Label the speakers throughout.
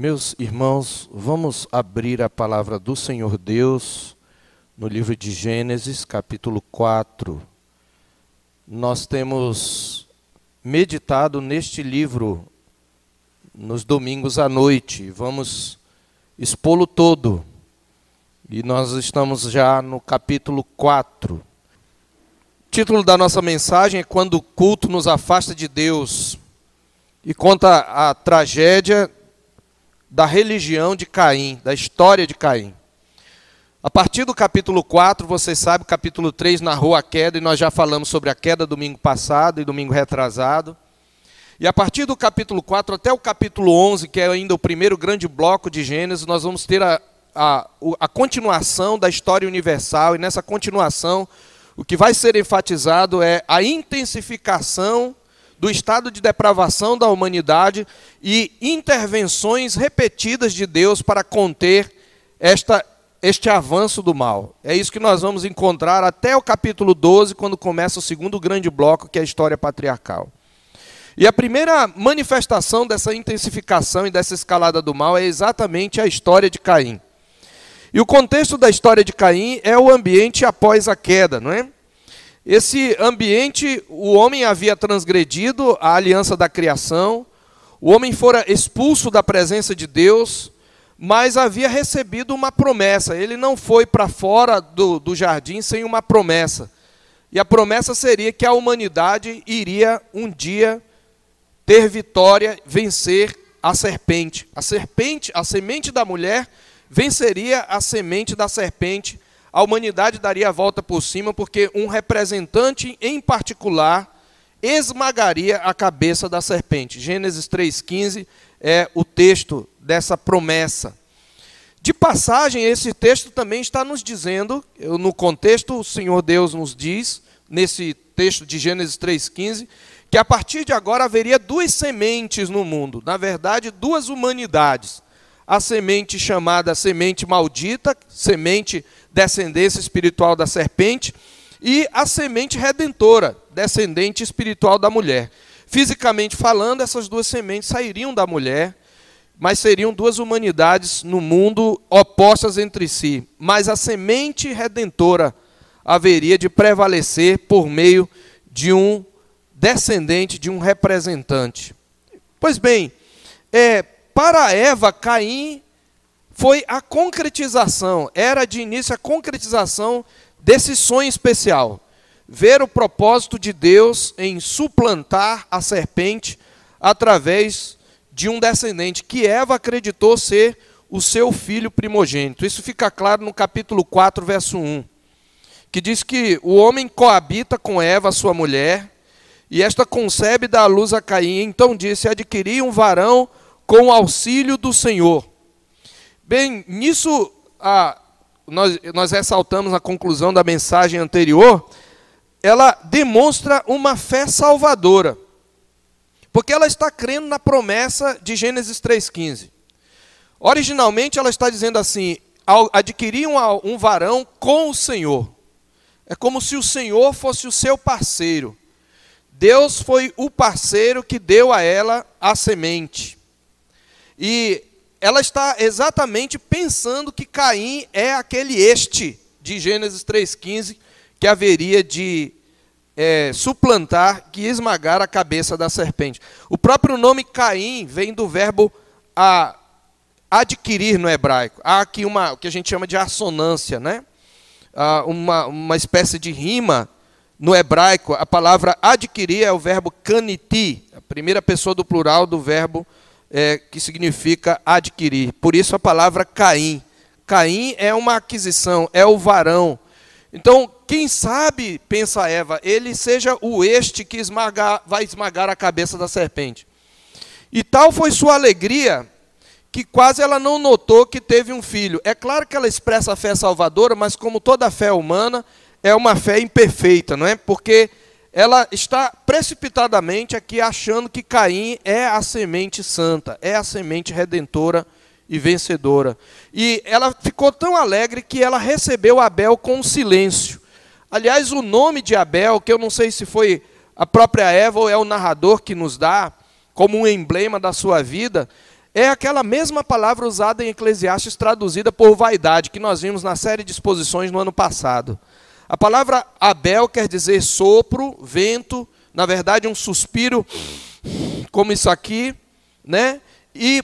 Speaker 1: Meus irmãos, vamos abrir a palavra do Senhor Deus no livro de Gênesis, capítulo 4. Nós temos meditado neste livro nos domingos à noite. Vamos expô-lo todo. E nós estamos já no capítulo 4. O título da nossa mensagem é Quando o culto nos afasta de Deus. E conta a tragédia da religião de Caim, da história de Caim. A partir do capítulo 4, vocês sabem, o capítulo 3 narrou a queda, e nós já falamos sobre a queda domingo passado e domingo retrasado. E a partir do capítulo 4 até o capítulo 11, que é ainda o primeiro grande bloco de Gênesis, nós vamos ter a continuação da história universal, e nessa continuação, o que vai ser enfatizado é a intensificação do estado de depravação da humanidade e intervenções repetidas de Deus para conter este avanço do mal. É isso que nós vamos encontrar até o capítulo 12, quando começa o segundo grande bloco, que é a história patriarcal. E a primeira manifestação dessa intensificação e dessa escalada do mal é exatamente a história de Caim. E o contexto da história de Caim é o ambiente após a queda, não é? Esse ambiente, o homem havia transgredido a aliança da criação, o homem fora expulso da presença de Deus, mas havia recebido uma promessa. Ele não foi para fora do jardim sem uma promessa. E a promessa seria que a humanidade iria um dia ter vitória, vencer a serpente. A semente da mulher venceria a semente da serpente. A humanidade daria a volta por cima, porque um representante em particular esmagaria a cabeça da serpente. Gênesis 3,15 é o texto dessa promessa. De passagem, esse texto também está nos dizendo, no contexto, o Senhor Deus nos diz, nesse texto de Gênesis 3,15, que a partir de agora haveria duas sementes no mundo, na verdade, duas humanidades. A semente chamada semente maldita, semente descendência espiritual da serpente, e a semente redentora, descendente espiritual da mulher. Fisicamente falando, essas duas sementes sairiam da mulher, mas seriam duas humanidades no mundo opostas entre si. Mas a semente redentora haveria de prevalecer por meio de um descendente, de um representante. Pois bem, para Eva, Caim foi a concretização, era de início a concretização desse sonho especial. Ver o propósito de Deus em suplantar a serpente através de um descendente que Eva acreditou ser o seu filho primogênito. Isso fica claro no capítulo 4, verso 1, que diz que o homem coabita com Eva, sua mulher, e esta concebe e dá à luz a Caim. Então disse: adquiri um varão com o auxílio do Senhor. Bem, nisso nós ressaltamos na conclusão da mensagem anterior, ela demonstra uma fé salvadora, porque ela está crendo na promessa de Gênesis 3,15. Originalmente ela está dizendo assim: adquirir um varão com o Senhor. É como se o Senhor fosse o seu parceiro. Deus foi o parceiro que deu a ela a semente. E ela está exatamente pensando que Caim é aquele de Gênesis 3,15, que haveria de suplantar, que esmagar a cabeça da serpente. O próprio nome Caim vem do verbo adquirir no hebraico. Há aqui o que a gente chama de assonância, né? Uma espécie de rima no hebraico. A palavra adquirir é o verbo kaniti, a primeira pessoa do plural do verbo que significa adquirir. Por isso a palavra Caim. Caim é uma aquisição, é o varão. Então, quem sabe, pensa Eva, ele seja o que vai esmagar a cabeça da serpente. E tal foi sua alegria, que quase ela não notou que teve um filho. É claro que ela expressa a fé salvadora, mas como toda fé humana, é uma fé imperfeita, não é? Porque ela está precipitadamente aqui achando que Caim é a semente santa, é a semente redentora e vencedora. E ela ficou tão alegre que ela recebeu Abel com silêncio. Aliás, o nome de Abel, que eu não sei se foi a própria Eva ou é o narrador que nos dá, como um emblema da sua vida, é aquela mesma palavra usada em Eclesiastes, traduzida por vaidade, que nós vimos na série de exposições no ano passado. A palavra Abel quer dizer sopro, vento, na verdade um suspiro, como isso aqui, né? E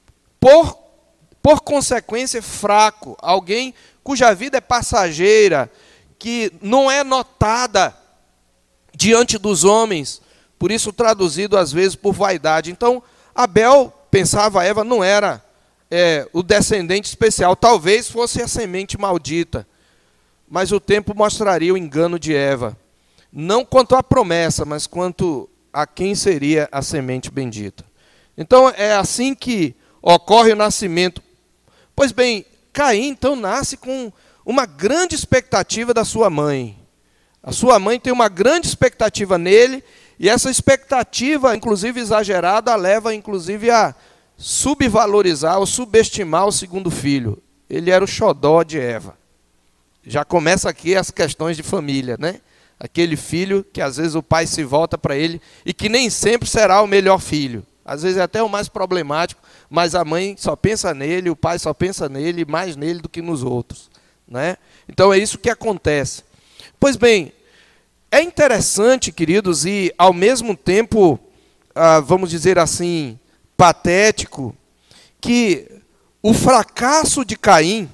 Speaker 1: por consequência fraco, alguém cuja vida é passageira, que não é notada diante dos homens, por isso traduzido às vezes por vaidade. Então, Abel, pensava Eva, não era o descendente especial, talvez fosse a semente maldita, mas o tempo mostraria o engano de Eva, não quanto à promessa, mas quanto a quem seria a semente bendita. Então, é assim que ocorre o nascimento. Pois bem, Caim, então, nasce com uma grande expectativa da sua mãe. A sua mãe tem uma grande expectativa nele, e essa expectativa, inclusive exagerada, leva, inclusive, a subvalorizar ou subestimar o segundo filho. Ele era o xodó de Eva. Já começa aqui as questões de família, né? Aquele filho que às vezes o pai se volta para ele e que nem sempre será o melhor filho. Às vezes é até o mais problemático, mas a mãe só pensa nele, o pai só pensa nele, mais nele do que nos outros, né? Então é isso que acontece. Pois bem, é interessante, queridos, e ao mesmo tempo, vamos dizer assim, patético, que o fracasso de Caim,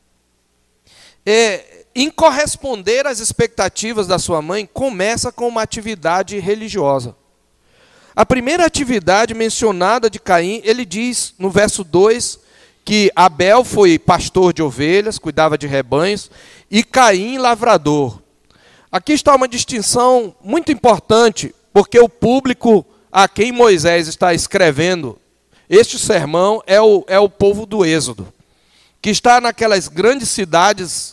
Speaker 1: em corresponder às expectativas da sua mãe, começa com uma atividade religiosa. A primeira atividade mencionada de Caim, ele diz no verso 2, que Abel foi pastor de ovelhas, cuidava de rebanhos, e Caim lavrador. Aqui está uma distinção muito importante, porque o público a quem Moisés está escrevendo este sermão é o povo do Êxodo, que está naquelas grandes cidades,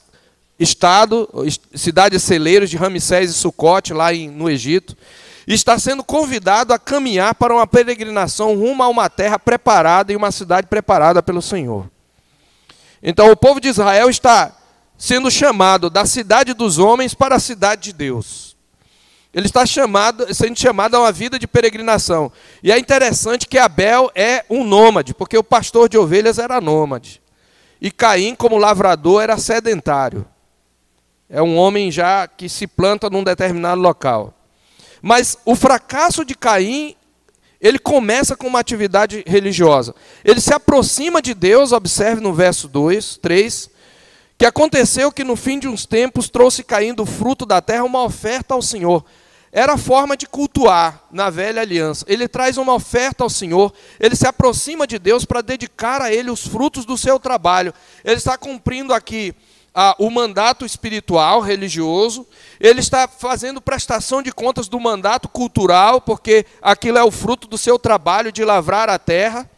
Speaker 1: cidades celeiros de Ramsés e Sucote, lá no Egito, e está sendo convidado a caminhar para uma peregrinação rumo a uma terra preparada e uma cidade preparada pelo Senhor. Então o povo de Israel está sendo chamado da cidade dos homens para a cidade de Deus. Ele está sendo chamado a uma vida de peregrinação. E é interessante que Abel é um nômade, porque o pastor de ovelhas era nômade. E Caim, como lavrador, era sedentário. É um homem já que se planta num determinado local. Mas o fracasso de Caim, ele começa com uma atividade religiosa. Ele se aproxima de Deus, observe no verso 3, que aconteceu que no fim de uns tempos trouxe Caim do fruto da terra uma oferta ao Senhor. Era a forma de cultuar na velha aliança. Ele traz uma oferta ao Senhor, ele se aproxima de Deus para dedicar a ele os frutos do seu trabalho. Ele está cumprindo aqui o mandato espiritual, religioso, ele está fazendo prestação de contas do mandato cultural, porque aquilo é o fruto do seu trabalho de lavrar a terra,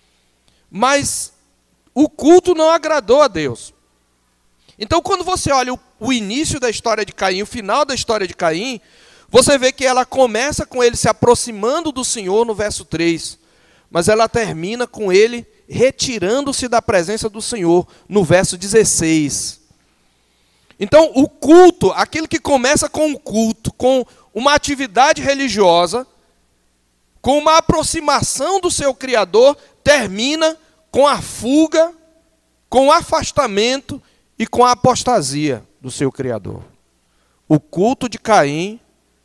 Speaker 1: mas o culto não agradou a Deus. Então, quando você olha o início da história de Caim, o final da história de Caim, você vê que ela começa com ele se aproximando do Senhor no verso 3, mas ela termina com ele retirando-se da presença do Senhor no verso 16. Então, o culto, aquilo que começa com um culto, com uma atividade religiosa, com uma aproximação do seu Criador, termina com a fuga, com o afastamento e com a apostasia do seu Criador. O culto de Caim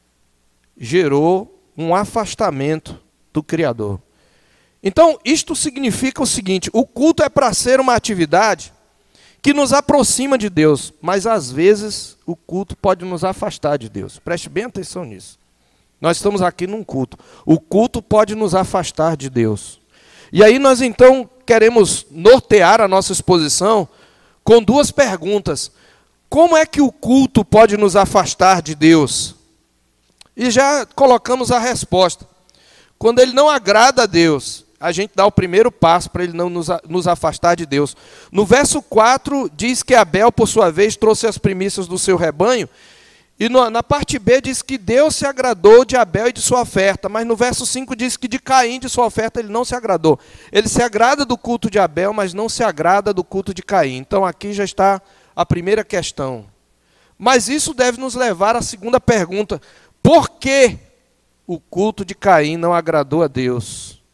Speaker 1: gerou um afastamento do Criador. Então, isto significa o seguinte: o culto é para ser uma atividade que nos aproxima de Deus, mas às vezes o culto pode nos afastar de Deus. Preste bem atenção nisso. Nós estamos aqui num culto. O culto pode nos afastar de Deus. E aí nós então queremos nortear a nossa exposição com duas perguntas. Como é que o culto pode nos afastar de Deus? E já colocamos a resposta. Quando ele não agrada a Deus, a gente dá o primeiro passo para ele não nos afastar de Deus. No verso 4 diz que Abel, por sua vez, trouxe as primícias do seu rebanho. E na parte B diz que Deus se agradou de Abel e de sua oferta. Mas no verso 5 diz que de Caim, de sua oferta, ele não se agradou. Ele se agrada do culto de Abel, mas não se agrada do culto de Caim. Então aqui já está a primeira questão. Mas isso deve nos levar à segunda pergunta. Por que o culto de Caim não agradou a Deus?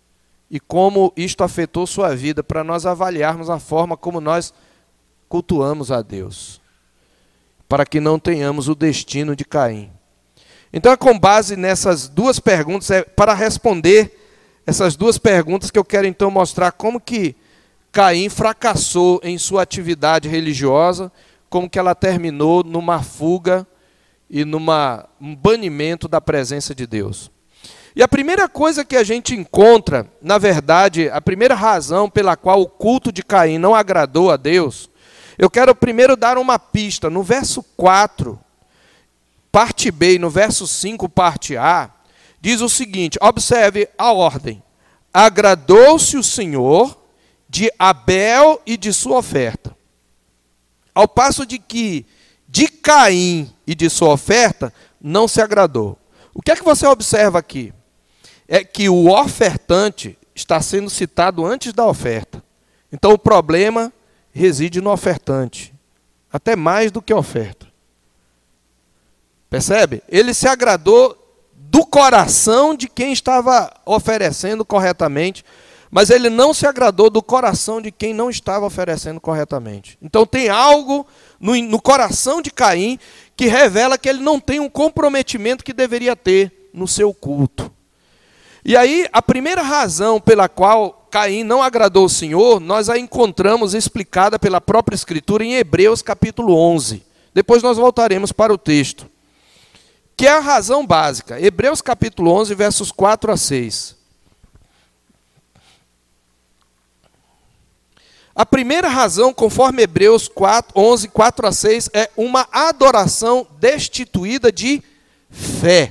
Speaker 1: e como isto afetou sua vida, para nós avaliarmos a forma como nós cultuamos a Deus, para que não tenhamos o destino de Caim. Então é com base nessas duas perguntas, para responder essas duas perguntas que eu quero então mostrar como que Caim fracassou em sua atividade religiosa, como que ela terminou numa fuga e um banimento da presença de Deus. E a primeira coisa que a gente encontra, na verdade, a primeira razão pela qual o culto de Caim não agradou a Deus, eu quero primeiro dar uma pista. No verso 4, parte B, e no verso 5, parte A, diz o seguinte, observe a ordem. Agradou-se o Senhor de Abel e de sua oferta. Ao passo de que de Caim e de sua oferta não se agradou. O que é que você observa aqui? É que o ofertante está sendo citado antes da oferta. Então o problema reside no ofertante, até mais do que a oferta. Percebe? Ele se agradou do coração de quem estava oferecendo corretamente, mas ele não se agradou do coração de quem não estava oferecendo corretamente. Então tem algo no coração de Caim que revela que ele não tem um comprometimento que deveria ter no seu culto. E aí, a primeira razão pela qual Caim não agradou o Senhor, nós a encontramos explicada pela própria Escritura em Hebreus capítulo 11. Depois nós voltaremos para o texto. Que é a razão básica. Hebreus capítulo 11, versos 4 a 6. A primeira razão, conforme Hebreus 11, 4 a 6, é uma adoração destituída de fé.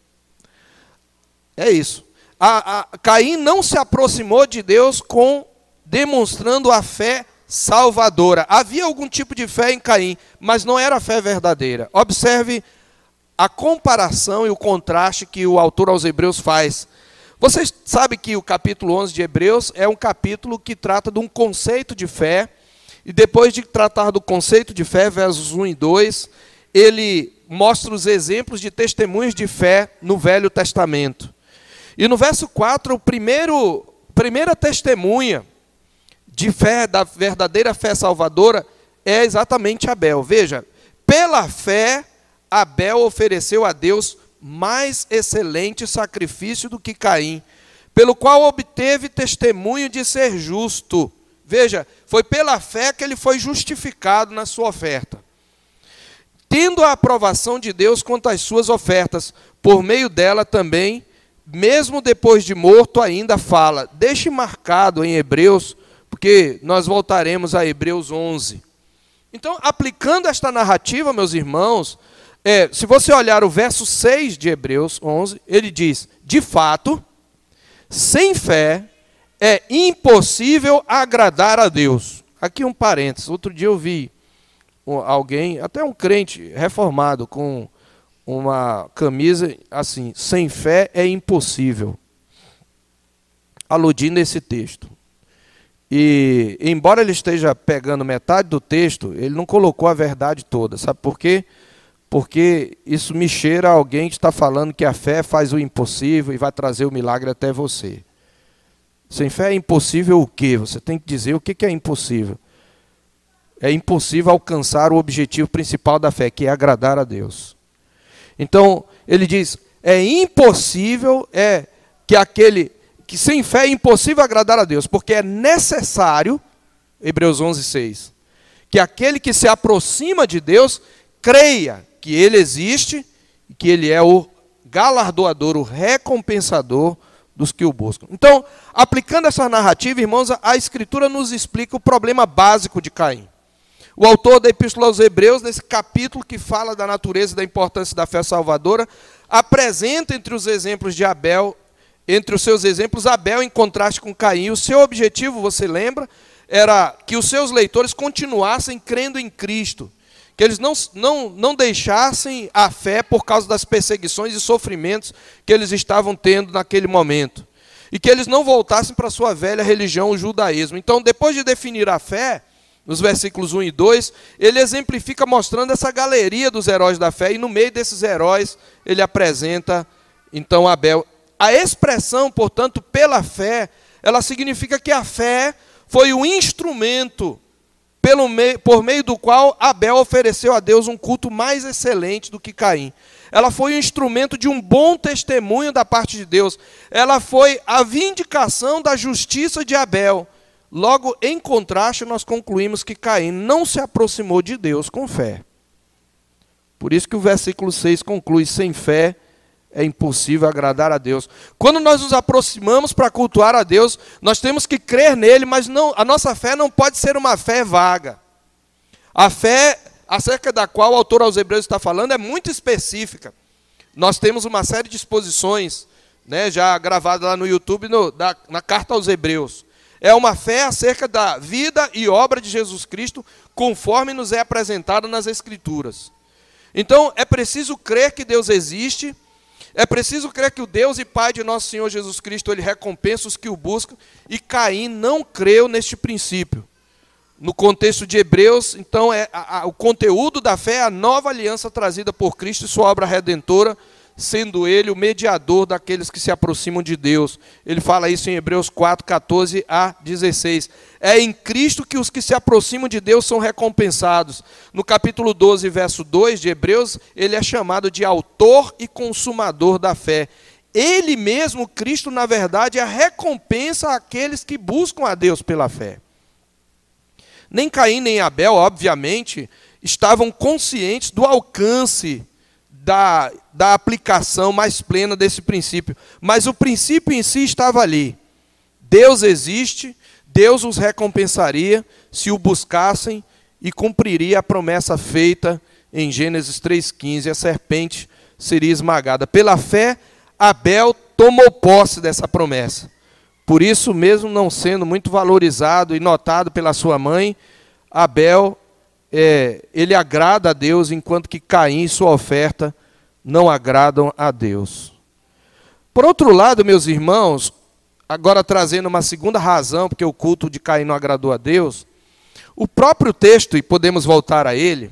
Speaker 1: É isso. Caim não se aproximou de Deus demonstrando a fé salvadora. Havia algum tipo de fé em Caim, mas não era a fé verdadeira. Observe a comparação e o contraste que o autor aos Hebreus faz. Vocês sabem que o capítulo 11 de Hebreus é um capítulo que trata de um conceito de fé, e depois de tratar do conceito de fé, versos 1 e 2, ele mostra os exemplos de testemunhos de fé no Velho Testamento. E no verso 4, primeira testemunha de fé, da verdadeira fé salvadora, é exatamente Abel. Veja, pela fé, Abel ofereceu a Deus mais excelente sacrifício do que Caim, pelo qual obteve testemunho de ser justo. Veja, foi pela fé que ele foi justificado na sua oferta. Tendo a aprovação de Deus quanto às suas ofertas, por meio dela também, mesmo depois de morto, ainda fala. Deixe marcado em Hebreus, porque nós voltaremos a Hebreus 11. Então, aplicando esta narrativa, meus irmãos, se você olhar o verso 6 de Hebreus 11, ele diz, de fato, sem fé é impossível agradar a Deus. Aqui um parênteses, outro dia eu vi alguém, até um crente reformado, com uma camisa assim, sem fé é impossível, aludindo a esse texto. E, embora ele esteja pegando metade do texto, ele não colocou a verdade toda. Sabe por quê? Porque isso me cheira a alguém que está falando que a fé faz o impossível e vai trazer o milagre até você. Sem fé é impossível o quê? Você tem que dizer o que é impossível. É impossível alcançar o objetivo principal da fé, que é agradar a Deus. Então, ele diz, é impossível, que sem fé é impossível agradar a Deus, porque é necessário, Hebreus 11, 6, que aquele que se aproxima de Deus, creia que Ele existe, e que Ele é o galardoador, o recompensador dos que o buscam. Então, aplicando essa narrativa, irmãos, a Escritura nos explica o problema básico de Caim. O autor da Epístola aos Hebreus, nesse capítulo que fala da natureza e da importância da fé salvadora, apresenta entre os exemplos de Abel, entre os seus exemplos, Abel em contraste com Caim. O seu objetivo, você lembra, era que os seus leitores continuassem crendo em Cristo, que eles não deixassem a fé por causa das perseguições e sofrimentos que eles estavam tendo naquele momento, e que eles não voltassem para a sua velha religião, o judaísmo. Então, depois de definir a fé, nos versículos 1 e 2, ele exemplifica mostrando essa galeria dos heróis da fé, e no meio desses heróis ele apresenta, então, Abel. A expressão, portanto, pela fé, ela significa que a fé foi o instrumento por meio do qual Abel ofereceu a Deus um culto mais excelente do que Caim. Ela foi o instrumento de um bom testemunho da parte de Deus. Ela foi a vindicação da justiça de Abel. Logo, em contraste, nós concluímos que Caim não se aproximou de Deus com fé. Por isso que o versículo 6 conclui: sem fé é impossível agradar a Deus. Quando nós nos aproximamos para cultuar a Deus, nós temos que crer nele, mas não, a nossa fé não pode ser uma fé vaga. A fé acerca da qual o autor aos Hebreus está falando é muito específica. Nós temos uma série de exposições, né, já gravadas lá no YouTube, na carta aos Hebreus. É uma fé acerca da vida e obra de Jesus Cristo, conforme nos é apresentado nas Escrituras. Então, é preciso crer que Deus existe, é preciso crer que o Deus e Pai de nosso Senhor Jesus Cristo, Ele recompensa os que o buscam, e Caim não creu neste princípio. No contexto de Hebreus, então, o conteúdo da fé é a nova aliança trazida por Cristo e sua obra redentora, sendo Ele o mediador daqueles que se aproximam de Deus. Ele fala isso em Hebreus 4, 14 a 16. É em Cristo que os que se aproximam de Deus são recompensados. No capítulo 12, verso 2 de Hebreus, ele é chamado de autor e consumador da fé. Ele mesmo, Cristo, na verdade, é a recompensa àqueles que buscam a Deus pela fé. Nem Caim nem Abel, obviamente, estavam conscientes do alcance da aplicação mais plena desse princípio. Mas o princípio em si estava ali. Deus existe, Deus os recompensaria se o buscassem e cumpriria a promessa feita em Gênesis 3,15. A serpente seria esmagada. Pela fé, Abel tomou posse dessa promessa. Por isso, mesmo não sendo muito valorizado e notado pela sua mãe, Abel, ele agrada a Deus, enquanto que Caim e sua oferta não agradam a Deus. Por outro lado, meus irmãos, agora trazendo uma segunda razão, porque o culto de Caim não agradou a Deus, o próprio texto, e podemos voltar a ele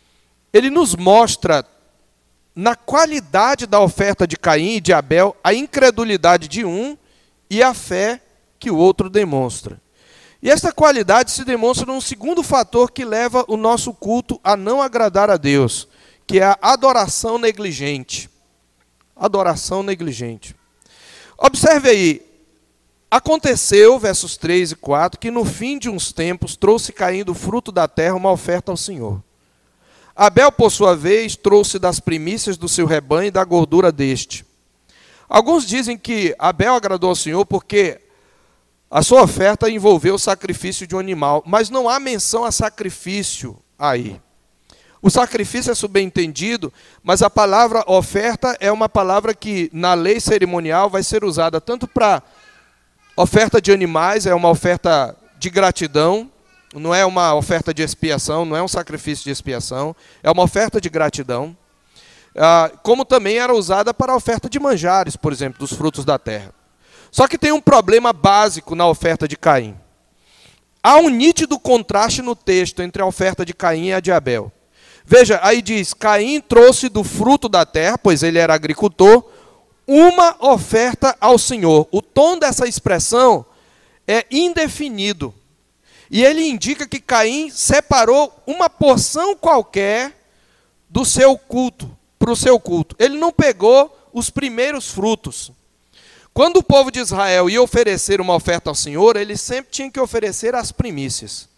Speaker 1: nos mostra, na qualidade da oferta de Caim e de Abel, a incredulidade de um e a fé que o outro demonstra. E esta qualidade se demonstra num segundo fator que leva o nosso culto a não agradar a Deus, que é a adoração negligente. Adoração negligente. Observe aí, aconteceu, versos 3 e 4, que no fim de uns tempos trouxe Caim do fruto da terra uma oferta ao Senhor. Abel, por sua vez, trouxe das primícias do seu rebanho e da gordura deste. Alguns dizem que Abel agradou ao Senhor porque a sua oferta envolveu o sacrifício de um animal, mas não há menção a sacrifício aí. O sacrifício é subentendido, mas a palavra oferta é uma palavra que na lei cerimonial vai ser usada tanto para oferta de animais, é uma oferta de gratidão, não é uma oferta de expiação, não é um sacrifício de expiação, é uma oferta de gratidão. Como também era usada para a oferta de manjares, por exemplo, dos frutos da terra. Só que tem um problema básico na oferta de Caim. Há um nítido contraste no texto entre a oferta de Caim e a de Abel. Veja, aí diz, Caim trouxe do fruto da terra, pois ele era agricultor, uma oferta ao Senhor. O tom dessa expressão é indefinido. E ele indica que Caim separou uma porção qualquer do seu culto, para o seu culto. Ele não pegou os primeiros frutos. Quando o povo de Israel ia oferecer uma oferta ao Senhor, ele sempre tinha que oferecer as primícias.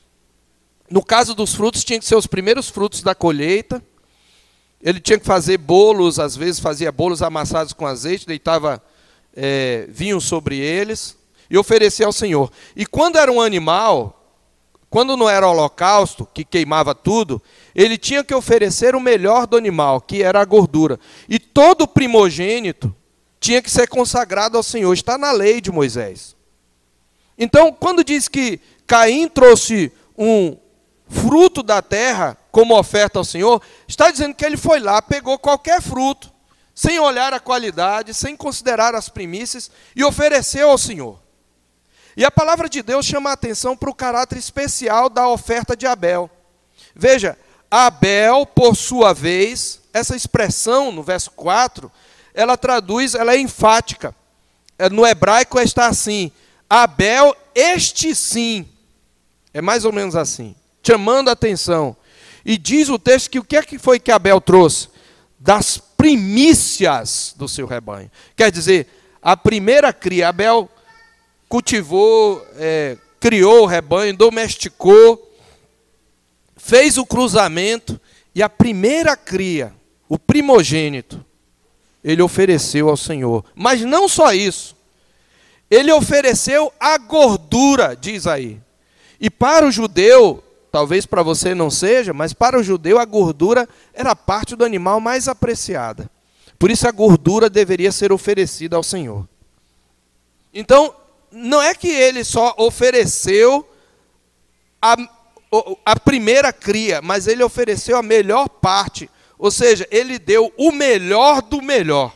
Speaker 1: No caso dos frutos, tinha que ser os primeiros frutos da colheita. Ele tinha que fazer bolos, às vezes fazia bolos amassados com azeite, deitava vinho sobre eles e oferecia ao Senhor. E quando era um animal, quando não era holocausto, que queimava tudo, ele tinha que oferecer o melhor do animal, que era a gordura. E todo primogênito tinha que ser consagrado ao Senhor. Está na lei de Moisés. Então, quando diz que Caim trouxe um fruto da terra como oferta ao Senhor, está dizendo que ele foi lá, pegou qualquer fruto, sem olhar a qualidade, sem considerar as primícias, e ofereceu ao Senhor. E a palavra de Deus chama a atenção para o caráter especial da oferta de Abel. Veja, Abel, por sua vez, essa expressão no verso 4, ela é enfática. No hebraico está assim, Abel, este sim, é mais ou menos assim, chamando a atenção. E diz o texto que o que é que foi que Abel trouxe? Das primícias do seu rebanho. Quer dizer, a primeira cria, Abel cultivou, criou o rebanho, domesticou, fez o cruzamento, e a primeira cria, o primogênito, ele ofereceu ao Senhor. Mas não só isso, ele ofereceu a gordura, diz aí. E para o judeu, talvez para você não seja, mas para o judeu a gordura era a parte do animal mais apreciada. Por isso a gordura deveria ser oferecida ao Senhor. Então, não é que ele só ofereceu a primeira cria, mas ele ofereceu a melhor parte. Ou seja, ele deu o melhor do melhor.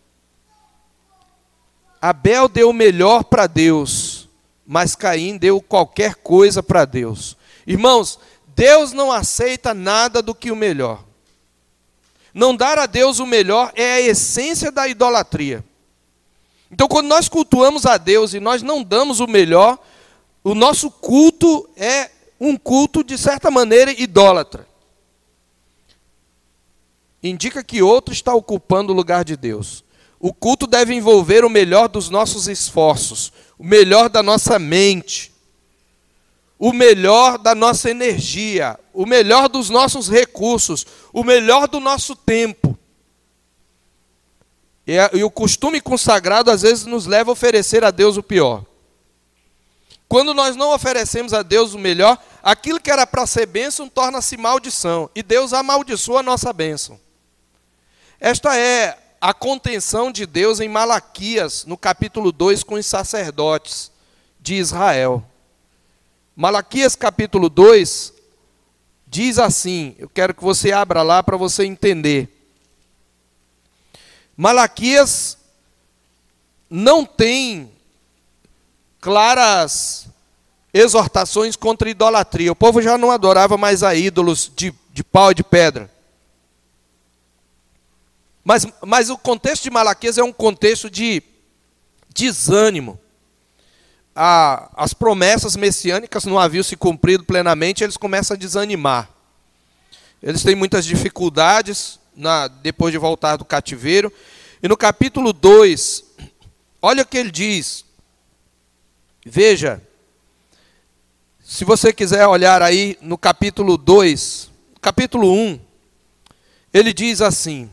Speaker 1: Abel deu o melhor para Deus, mas Caim deu qualquer coisa para Deus. Irmãos, Deus não aceita nada do que o melhor. Não dar a Deus o melhor é a essência da idolatria. Então, quando nós cultuamos a Deus e nós não damos o melhor, o nosso culto é um culto, de certa maneira, idólatra. Indica que outro está ocupando o lugar de Deus. O culto deve envolver o melhor dos nossos esforços, o melhor da nossa mente, o melhor da nossa energia, o melhor dos nossos recursos, o melhor do nosso tempo. E o costume consagrado às vezes nos leva a oferecer a Deus o pior. Quando nós não oferecemos a Deus o melhor, aquilo que era para ser bênção torna-se maldição. E Deus amaldiçoa a nossa bênção. Esta é a contenção de Deus em Malaquias, no capítulo 2, com os sacerdotes de Israel. Malaquias capítulo 2 diz assim, eu quero que você abra lá para você entender. Malaquias não tem claras exortações contra a idolatria. O povo já não adorava mais a ídolos de pau e de pedra. Mas o contexto de Malaquias é um contexto de desânimo. As promessas messiânicas não haviam se cumprido plenamente, eles começam a desanimar. Eles têm muitas dificuldades depois de voltar do cativeiro. E no capítulo 2, olha o que ele diz. Veja, se você quiser olhar aí no capítulo 2, capítulo 1, ele diz assim,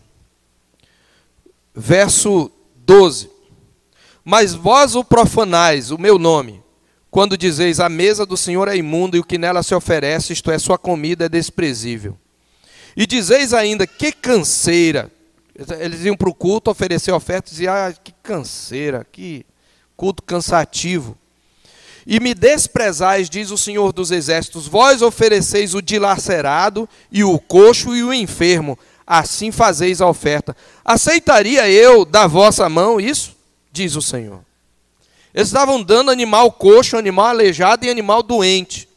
Speaker 1: verso 12. Mas vós o profanais, o meu nome, quando dizeis a mesa do Senhor é imunda e o que nela se oferece, isto é, sua comida é desprezível. E dizeis ainda, que canseira. Eles iam para o culto oferecer ofertas e diziam, que canseira, que culto cansativo. E me desprezais, diz o Senhor dos Exércitos, vós ofereceis o dilacerado e o coxo e o enfermo, assim fazeis a oferta. Aceitaria eu da vossa mão isso? Diz o Senhor. Eles estavam dando animal coxo, animal aleijado e animal doente.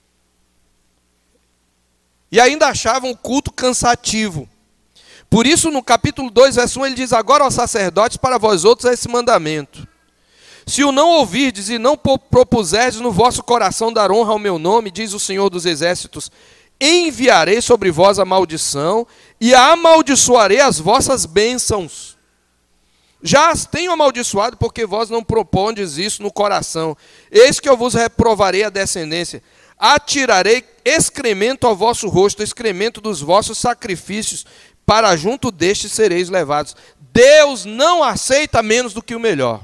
Speaker 1: E ainda achavam o culto cansativo. Por isso, no capítulo 2, verso 1, ele diz, agora, ó sacerdotes, para vós outros é esse mandamento. Se o não ouvirdes e não propuserdes no vosso coração dar honra ao meu nome, diz o Senhor dos Exércitos, enviarei sobre vós a maldição e amaldiçoarei as vossas bênçãos. Já as tenho amaldiçoado, porque vós não propondes isso no coração. Eis que eu vos reprovarei a descendência. Atirarei excremento ao vosso rosto, excremento dos vossos sacrifícios, para junto destes sereis levados. Deus não aceita menos do que o melhor.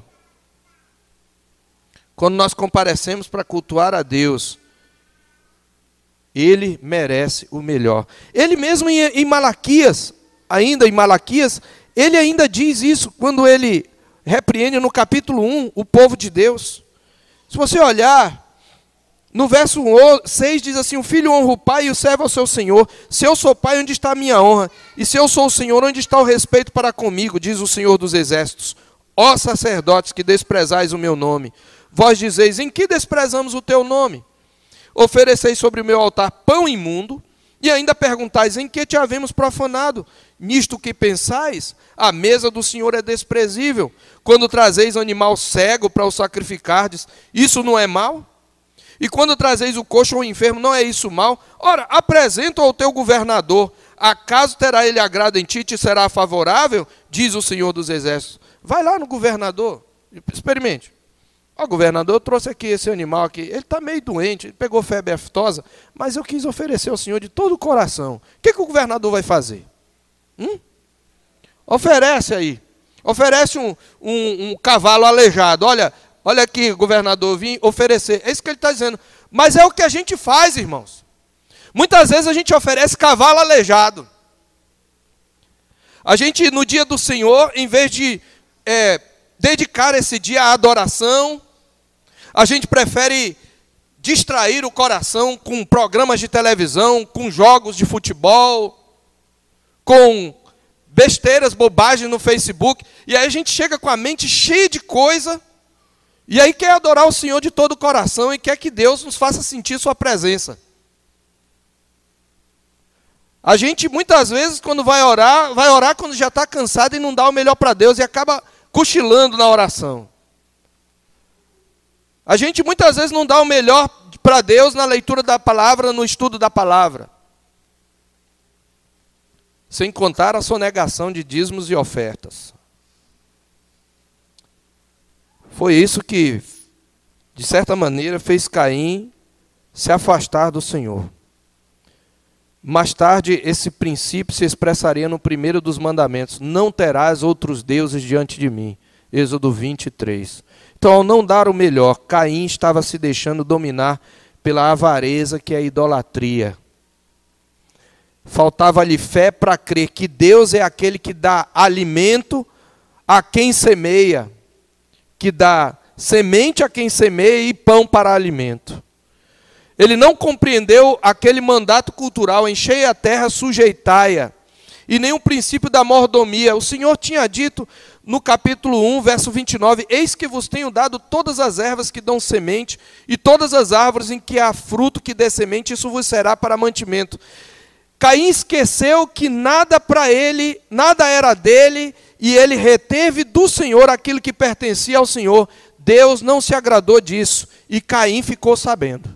Speaker 1: Quando nós comparecemos para cultuar a Deus, Ele merece o melhor. Ele mesmo em Malaquias, ele ainda diz isso, quando ele repreende no capítulo 1, o povo de Deus. Se você olhar, no verso 6 diz assim, o filho honra o pai e o servo ao seu senhor. Se eu sou pai, onde está a minha honra? E se eu sou o Senhor, onde está o respeito para comigo? Diz o Senhor dos Exércitos. Ó sacerdotes que desprezais o meu nome. Vós dizeis, em que desprezamos o teu nome? Ofereceis sobre o meu altar pão imundo, e ainda perguntais, em que te havemos profanado? nisto que pensais? A mesa do Senhor é desprezível. Quando trazeis animal cego para o sacrificardes, isso não é mal? E quando trazeis o coxo ou o enfermo, não é isso mal? Ora, apresenta ao teu governador. Acaso terá ele agrado em ti e te será favorável? Diz o Senhor dos Exércitos. Vai lá no governador, experimente. Ó, governador, eu trouxe aqui esse animal aqui. Ele está meio doente, ele pegou febre aftosa, mas eu quis oferecer ao Senhor de todo o coração. O que o governador vai fazer? Oferece aí. Oferece um cavalo aleijado. Olha aqui, governador, vim oferecer. É isso que ele está dizendo. Mas é o que a gente faz, irmãos. Muitas vezes a gente oferece cavalo aleijado. A gente, no dia do Senhor, em vez de dedicar esse dia à adoração, a gente prefere distrair o coração com programas de televisão, com jogos de futebol, com besteiras, bobagens no Facebook, e aí a gente chega com a mente cheia de coisa, e aí quer adorar o Senhor de todo o coração e quer que Deus nos faça sentir sua presença. A gente muitas vezes quando vai orar quando já está cansado e não dá o melhor para Deus e acaba cochilando na oração. A gente muitas vezes não dá o melhor para Deus na leitura da palavra, no estudo da palavra. Sem contar a sonegação de dízimos e ofertas. Foi isso que, de certa maneira, fez Caim se afastar do Senhor. Mais tarde, esse princípio se expressaria no primeiro dos mandamentos. Não terás outros deuses diante de mim. Êxodo 23. Então, ao não dar o melhor, Caim estava se deixando dominar pela avareza, que é a idolatria. Faltava-lhe fé para crer que Deus é aquele que dá alimento a quem semeia, que dá semente a quem semeia e pão para alimento. Ele não compreendeu aquele mandato cultural, enchei a terra, sujeitai-a, e nem o princípio da mordomia. O Senhor tinha dito no capítulo 1, verso 29, eis que vos tenho dado todas as ervas que dão semente, e todas as árvores em que há fruto que dê semente, isso vos será para mantimento. Caim esqueceu que nada para ele, nada era dele, e ele reteve do Senhor aquilo que pertencia ao Senhor. Deus não se agradou disso, e Caim ficou sabendo.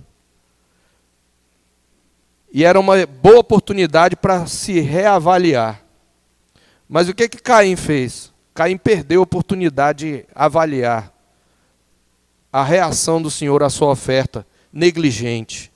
Speaker 1: E era uma boa oportunidade para se reavaliar. Mas o que Caim fez? Caim perdeu a oportunidade de avaliar a reação do Senhor à sua oferta, negligente.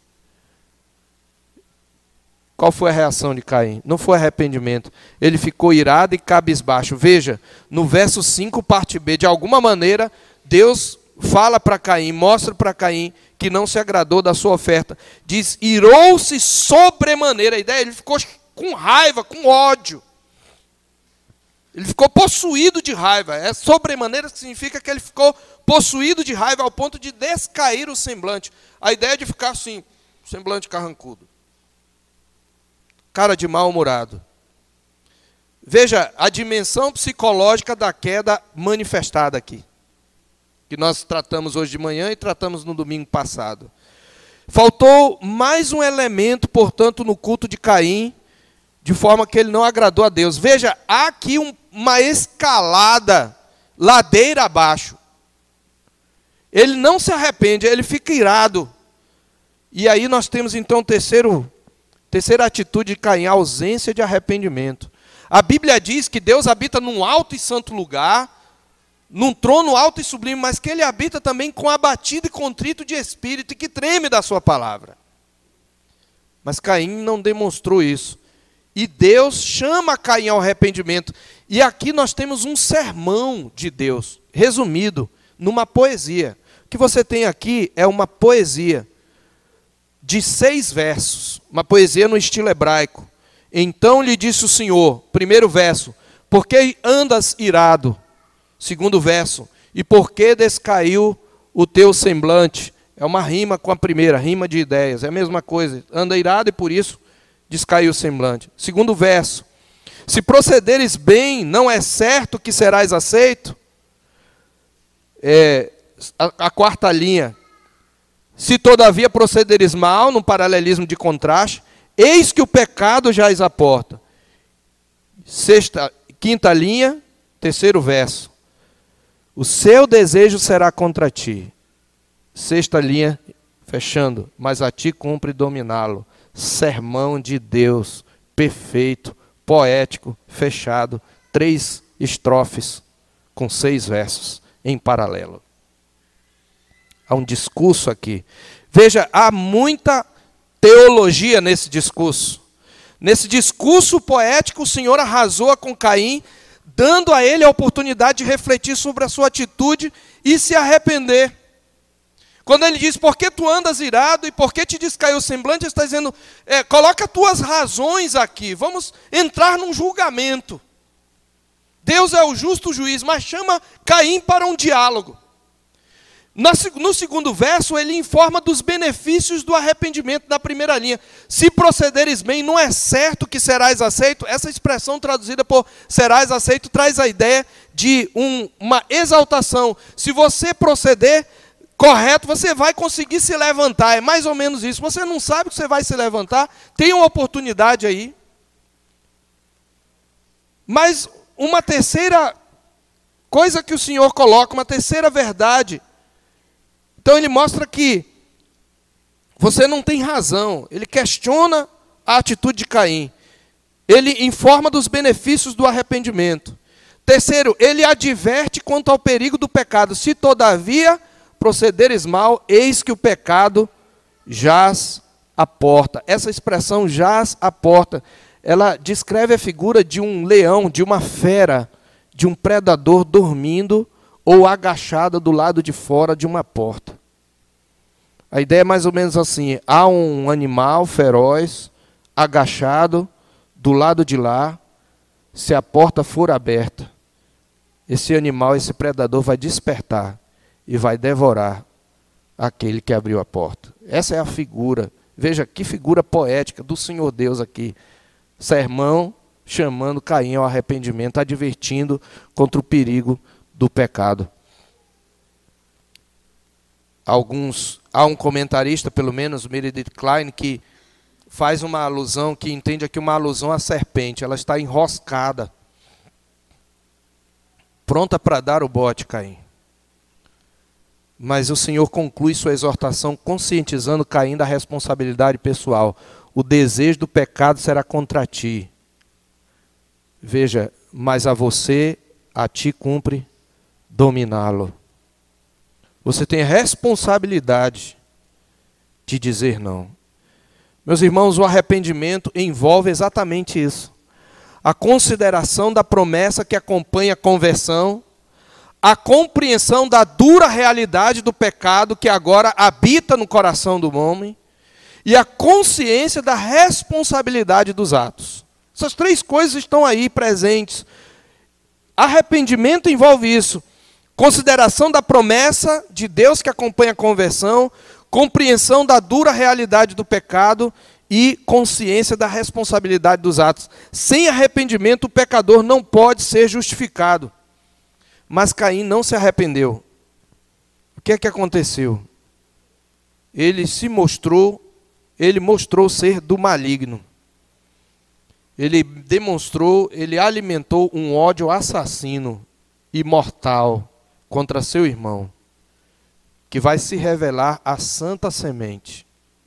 Speaker 1: Qual foi a reação de Caim? Não foi arrependimento. Ele ficou irado e cabisbaixo. Veja, no verso 5, parte B, de alguma maneira, Deus fala para Caim, mostra para Caim que não se agradou da sua oferta. Diz, irou-se sobremaneira. A ideia, ele ficou com raiva, com ódio. Ele ficou possuído de raiva. É sobremaneira que significa que ele ficou possuído de raiva ao ponto de descair o semblante. A ideia é de ficar assim, semblante carrancudo. Cara de mal-humorado. Veja a dimensão psicológica da queda manifestada aqui. Que nós tratamos hoje de manhã e tratamos no domingo passado. Faltou mais um elemento, portanto, no culto de Caim, de forma que ele não agradou a Deus. Veja, há aqui uma escalada, ladeira abaixo. Ele não se arrepende, ele fica irado. E aí nós temos então terceira atitude de Caim, a ausência de arrependimento. A Bíblia diz que Deus habita num alto e santo lugar, num trono alto e sublime, mas que ele habita também com abatido e contrito de espírito e que treme da sua palavra. Mas Caim não demonstrou isso. E Deus chama Caim ao arrependimento. E aqui nós temos um sermão de Deus, resumido, numa poesia. O que você tem aqui é uma poesia de 6 versos, uma poesia no estilo hebraico. Então lhe disse o Senhor, primeiro verso, por que andas irado? Segundo verso, e por que descaiu o teu semblante? É uma rima com a primeira, rima de ideias, é a mesma coisa. Anda irado e por isso descaiu o semblante. Segundo verso, se procederes bem, não é certo que serás aceito? A quarta linha, se todavia procederes mal, num paralelismo de contraste, eis que o pecado jaz à porta. Quinta linha, terceiro verso. O seu desejo será contra ti. Sexta linha, fechando. Mas a ti cumpre dominá-lo. Sermão de Deus, perfeito, poético, fechado. 3 estrofes com 6 versos em paralelo. Há um discurso aqui. Veja, há muita teologia nesse discurso. Nesse discurso poético, o Senhor arrasou com Caim, dando a ele a oportunidade de refletir sobre a sua atitude e se arrepender. Quando ele diz, por que tu andas irado e por que te descaiu o semblante, ele está dizendo, coloca tuas razões aqui, vamos entrar num julgamento. Deus é o justo juiz, mas chama Caim para um diálogo. No segundo verso, ele informa dos benefícios do arrependimento na primeira linha. Se procederes bem, não é certo que serás aceito. Essa expressão traduzida por serás aceito traz a ideia de uma exaltação. Se você proceder correto, você vai conseguir se levantar. É mais ou menos isso. Você não sabe que você vai se levantar, tem uma oportunidade aí. Mas uma terceira coisa que o Senhor coloca, uma terceira verdade. Então ele mostra que você não tem razão. Ele questiona a atitude de Caim. Ele informa dos benefícios do arrependimento. Terceiro, ele adverte quanto ao perigo do pecado. Se todavia procederes mal, eis que o pecado jaz à porta. Essa expressão jaz à porta, ela descreve a figura de um leão, de uma fera, de um predador dormindo ou agachada do lado de fora de uma porta. A ideia é mais ou menos assim, há um animal feroz, agachado, do lado de lá, se a porta for aberta, esse animal, esse predador vai despertar e vai devorar aquele que abriu a porta. Essa é a figura, veja que figura poética do Senhor Deus aqui. Sermão chamando Caim ao arrependimento, advertindo contra o perigo do pecado. Há um comentarista, pelo menos, Meredith Kline, que faz uma alusão, que entende aqui uma alusão à serpente. Ela está enroscada, pronta para dar o bote, Caim. Mas o Senhor conclui sua exortação conscientizando Caim da responsabilidade pessoal. O desejo do pecado será contra ti. Veja, mas a ti cumpre dominá-lo. Você tem a responsabilidade de dizer não. Meus irmãos, o arrependimento envolve exatamente isso. A consideração da promessa que acompanha a conversão, a compreensão da dura realidade do pecado que agora habita no coração do homem e a consciência da responsabilidade dos atos. Essas 3 coisas estão aí presentes. Arrependimento envolve isso. Consideração da promessa de Deus que acompanha a conversão, compreensão da dura realidade do pecado e consciência da responsabilidade dos atos. Sem arrependimento, o pecador não pode ser justificado. Mas Caim não se arrependeu. O que é que aconteceu? Ele mostrou ser do maligno. Ele alimentou um ódio assassino e mortal contra seu irmão, que vai se revelar a santa semente.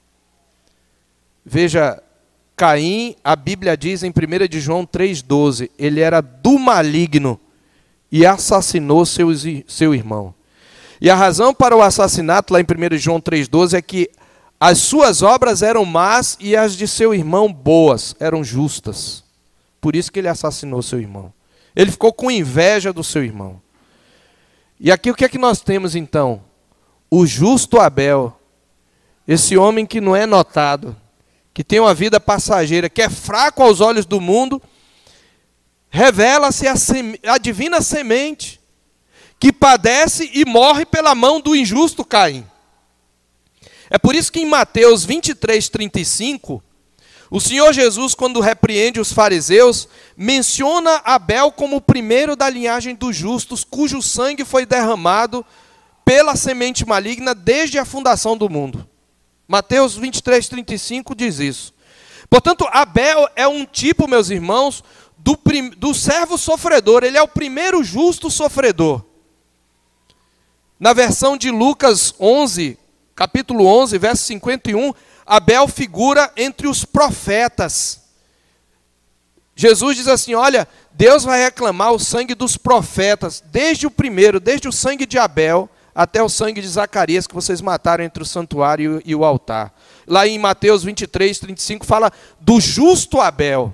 Speaker 1: Veja, Caim, a Bíblia diz em 1 de João 3,12, ele era do maligno e assassinou seu irmão. E a razão para o assassinato, lá em 1 João 3,12, é que as suas obras eram más e as de seu irmão boas, eram justas. Por isso que ele assassinou seu irmão. Ele ficou com inveja do seu irmão. E aqui o que é que nós temos então? O justo Abel, esse homem que não é notado, que tem uma vida passageira, que é fraco aos olhos do mundo, revela-se a divina semente, que padece e morre pela mão do injusto Caim. É por isso que em Mateus 23:35, o Senhor Jesus, quando repreende os fariseus, menciona Abel como o primeiro da linhagem dos justos, cujo sangue foi derramado pela semente maligna desde a fundação do mundo. Mateus 23:35 diz isso. Portanto, Abel é um tipo, meus irmãos, do servo sofredor. Ele é o primeiro justo sofredor. Na versão de Lucas 11, capítulo 11, verso 51, Abel figura entre os profetas. Jesus diz assim, olha, Deus vai reclamar o sangue dos profetas, desde o primeiro, desde o sangue de Abel, até o sangue de Zacarias, que vocês mataram entre o santuário e o altar. Lá em Mateus 23, 35, fala do justo Abel,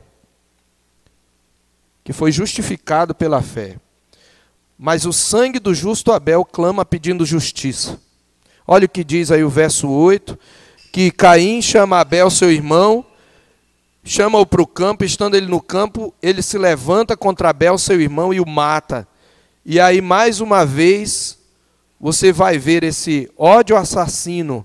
Speaker 1: que foi justificado pela fé. Mas o sangue do justo Abel clama pedindo justiça. Olha o que diz aí o verso 8, que Caim chama Abel, seu irmão, chama-o para o campo, estando ele no campo, ele se levanta contra Abel, seu irmão, e o mata. E aí, mais uma vez, você vai ver esse ódio assassino.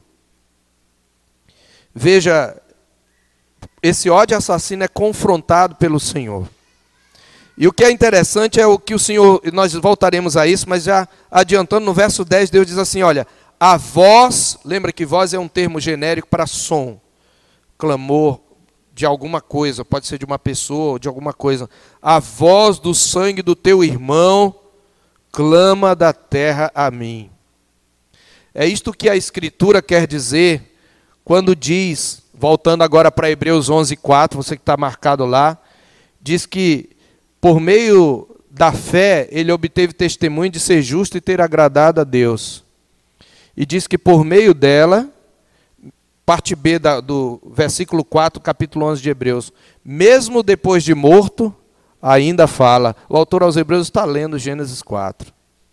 Speaker 1: Veja, esse ódio assassino é confrontado pelo Senhor. E o que é interessante é o que o Senhor, nós voltaremos a isso, mas já adiantando no verso 10, Deus diz assim, olha, a voz, lembra que voz é um termo genérico para som, clamor de alguma coisa, pode ser de uma pessoa ou de alguma coisa. A voz do sangue do teu irmão clama da terra a mim. É isto que a Escritura quer dizer quando diz, voltando agora para Hebreus 11:4, você que está marcado lá, diz que por meio da fé ele obteve testemunho de ser justo e ter agradado a Deus. E diz que por meio dela, parte B do versículo 4, capítulo 11 de Hebreus, mesmo depois de morto, ainda fala. O autor aos Hebreus está lendo Gênesis 4.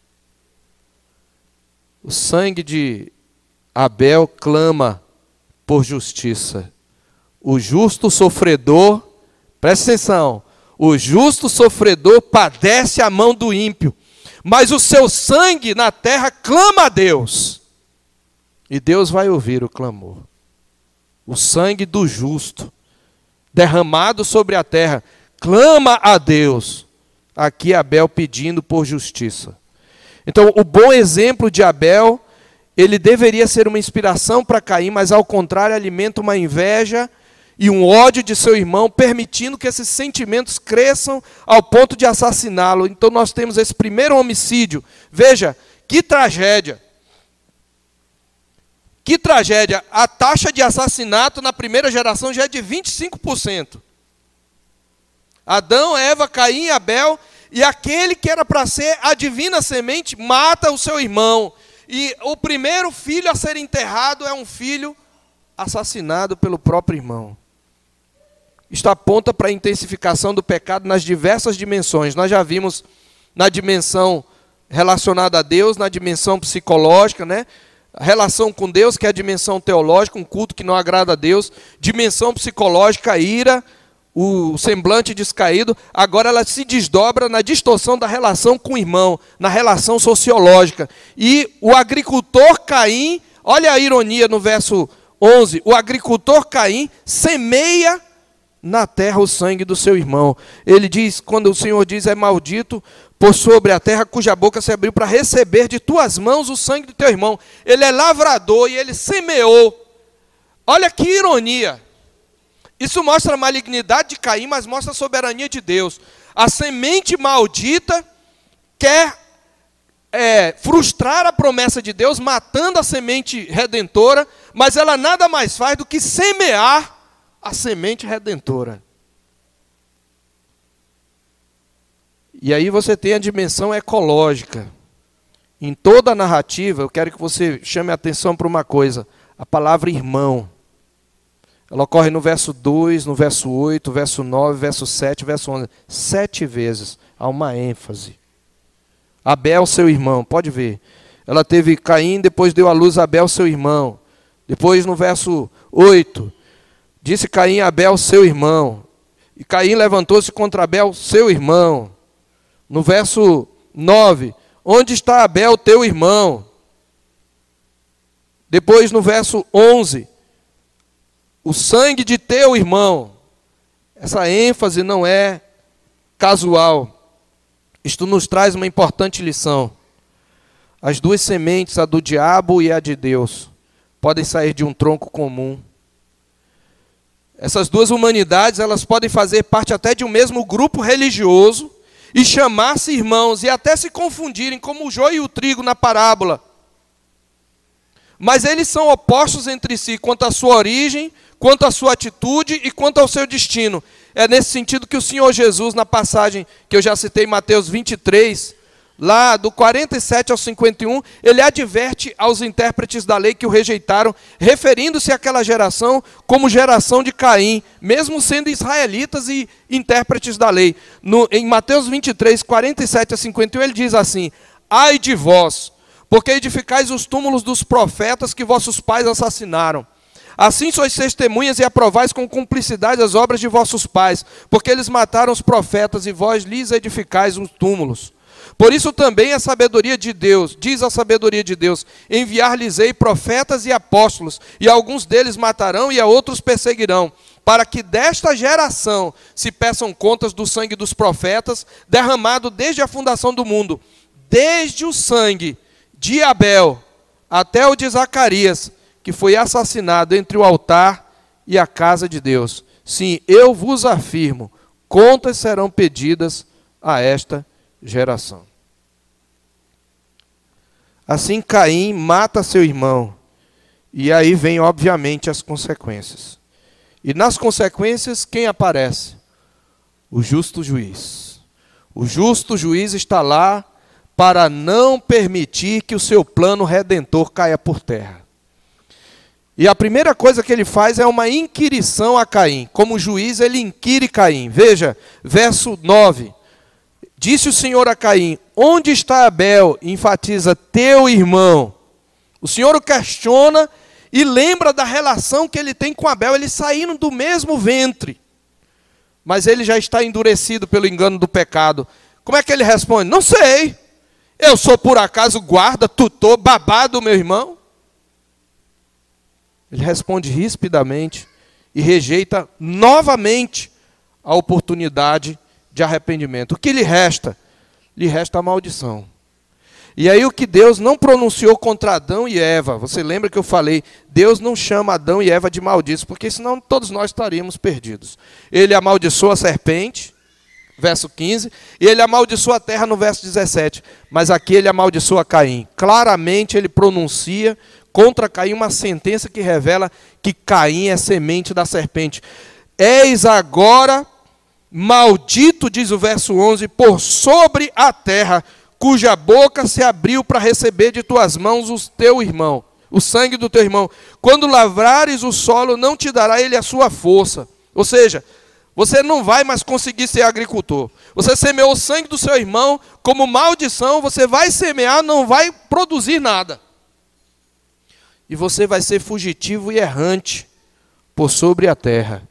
Speaker 1: O sangue de Abel clama por justiça. O justo sofredor, presta atenção, o justo sofredor padece a mão do ímpio, mas o seu sangue na terra clama a Deus. E Deus vai ouvir o clamor. O sangue do justo, derramado sobre a terra, clama a Deus. Aqui Abel pedindo por justiça. Então, o bom exemplo de Abel, ele deveria ser uma inspiração para Caim, mas ao contrário, alimenta uma inveja e um ódio de seu irmão, permitindo que esses sentimentos cresçam ao ponto de assassiná-lo. Então, nós temos esse primeiro homicídio. Veja, que tragédia. Que tragédia, a taxa de assassinato na primeira geração já é de 25%. Adão, Eva, Caim, Abel, e aquele que era para ser a divina semente, mata o seu irmão. E o primeiro filho a ser enterrado é um filho assassinado pelo próprio irmão. Isto aponta para a intensificação do pecado nas diversas dimensões. Nós já vimos na dimensão relacionada a Deus, na dimensão psicológica, né? A relação com Deus, que é a dimensão teológica, um culto que não agrada a Deus, dimensão psicológica, a ira, o semblante descaído. Agora ela se desdobra na distorção da relação com o irmão, na relação sociológica. E o agricultor Caim, olha a ironia no verso 11, o agricultor Caim semeia na terra o sangue do seu irmão. Ele diz, quando o Senhor diz, é maldito por sobre a terra cuja boca se abriu para receber de tuas mãos o sangue do teu irmão. Ele é lavrador e ele semeou. Olha que ironia. Isso mostra a malignidade de Caim, mas mostra a soberania de Deus. A semente maldita quer frustrar a promessa de Deus, matando a semente redentora, mas ela nada mais faz do que semear a semente redentora. E aí você tem a dimensão ecológica. Em toda a narrativa, eu quero que você chame a atenção para uma coisa. A palavra irmão. Ela ocorre no verso 2, no verso 8, verso 9, verso 7, verso 11. 7 vezes. Há uma ênfase. Abel, seu irmão. Pode ver. Ela teve Caim, depois deu à luz a Abel, seu irmão. Depois no verso 8, disse Caim a Abel, seu irmão. E Caim levantou-se contra Abel, seu irmão. No verso 9, onde está Abel, teu irmão? Depois no verso 11, o sangue de teu irmão. Essa ênfase não é casual. Isto nos traz uma importante lição. As duas sementes, a do diabo e a de Deus, podem sair de um tronco comum. Essas duas humanidades, elas podem fazer parte até de um mesmo grupo religioso e chamar-se irmãos e até se confundirem, como o joio e o trigo na parábola. Mas eles são opostos entre si quanto à sua origem, quanto à sua atitude e quanto ao seu destino. É nesse sentido que o Senhor Jesus, na passagem que eu já citei, Mateus 23, lá do 47 ao 51, ele adverte aos intérpretes da lei que o rejeitaram, referindo-se àquela geração como geração de Caim, mesmo sendo israelitas e intérpretes da lei. Em Mateus 23, 47 a 51, ele diz assim: ai de vós, porque edificais os túmulos dos profetas que vossos pais assassinaram. Assim sois testemunhas e aprovais com cumplicidade as obras de vossos pais, porque eles mataram os profetas e vós lhes edificais os túmulos. Por isso também a sabedoria de Deus, diz a sabedoria de Deus, enviar-lhes-ei profetas e apóstolos, e alguns deles matarão e a outros perseguirão, para que desta geração se peçam contas do sangue dos profetas, derramado desde a fundação do mundo, desde o sangue de Abel até o de Zacarias, que foi assassinado entre o altar e a casa de Deus. Sim, eu vos afirmo, contas serão pedidas a esta geração. Assim Caim mata seu irmão, e aí vem obviamente as consequências. E nas consequências, quem aparece? O justo juiz. O justo juiz está lá para não permitir que o seu plano redentor caia por terra. E a primeira coisa que ele faz é uma inquirição a Caim. Como juiz, ele inquire Caim. Veja, verso 9. Disse o Senhor a Caim: onde está Abel? E enfatiza, teu irmão. O Senhor o questiona e lembra da relação que ele tem com Abel. Eles saíram do mesmo ventre. Mas ele já está endurecido pelo engano do pecado. Como é que ele responde? Não sei. Eu sou por acaso guarda, tutor, babá do meu irmão? Ele responde rispidamente e rejeita novamente a oportunidade de arrependimento. O que lhe resta? Lhe resta a maldição. E aí o que Deus não pronunciou contra Adão e Eva, você lembra que eu falei, Deus não chama Adão e Eva de malditos, porque senão todos nós estaríamos perdidos. Ele amaldiçoa a serpente, verso 15, e ele amaldiçoa a terra no verso 17. Mas aqui ele amaldiçoa Caim. Claramente ele pronuncia contra Caim uma sentença que revela que Caim é semente da serpente. Eis agora maldito, diz o verso 11, por sobre a terra, cuja boca se abriu para receber de tuas mãos o teu irmão, o sangue do teu irmão. Quando lavrares o solo, não te dará ele a sua força. Ou seja, você não vai mais conseguir ser agricultor. Você semeou o sangue do seu irmão como maldição, você vai semear, não vai produzir nada. E você vai ser fugitivo e errante por sobre a terra.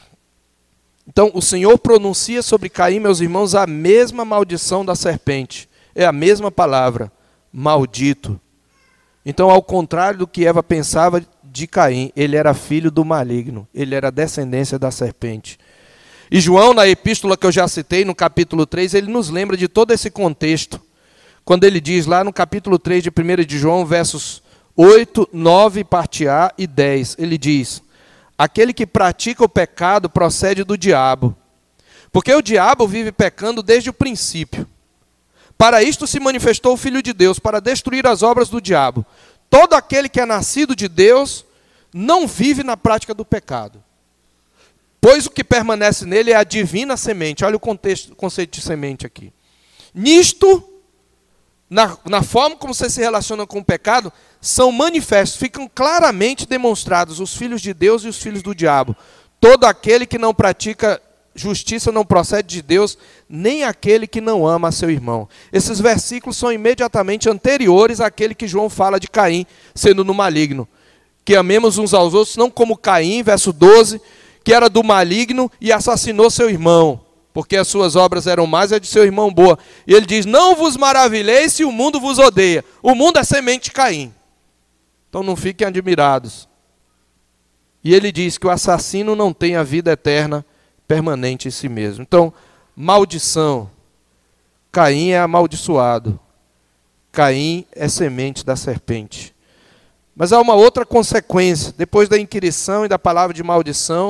Speaker 1: Então, o Senhor pronuncia sobre Caim, meus irmãos, a mesma maldição da serpente. É a mesma palavra, maldito. Então, ao contrário do que Eva pensava de Caim, ele era filho do maligno, ele era descendência da serpente. E João, na epístola que eu já citei, no capítulo 3, ele nos lembra de todo esse contexto. Quando ele diz lá no capítulo 3 de 1 de João, versos 8, 9, parte A e 10, ele diz: aquele que pratica o pecado procede do diabo, porque o diabo vive pecando desde o princípio. Para isto se manifestou o Filho de Deus, para destruir as obras do diabo. Todo aquele que é nascido de Deus não vive na prática do pecado, pois o que permanece nele é a divina semente. Olha o conceito de semente aqui. Nisto, na forma como você se relaciona com o pecado, são manifestos, ficam claramente demonstrados os filhos de Deus e os filhos do diabo. Todo aquele que não pratica justiça não procede de Deus, nem aquele que não ama a seu irmão. Esses versículos são imediatamente anteriores àquele que João fala de Caim sendo no maligno. Que amemos uns aos outros, não como Caim, verso 12, que era do maligno e assassinou seu irmão, porque as suas obras eram más e a de seu irmão boa. E ele diz: não vos maravilheis se o mundo vos odeia. O mundo é semente de Caim. Então não fiquem admirados. E ele diz que o assassino não tem a vida eterna permanente em si mesmo. Então, maldição. Caim é amaldiçoado. Caim é semente da serpente. Mas há uma outra consequência. Depois da inquirição e da palavra de maldição,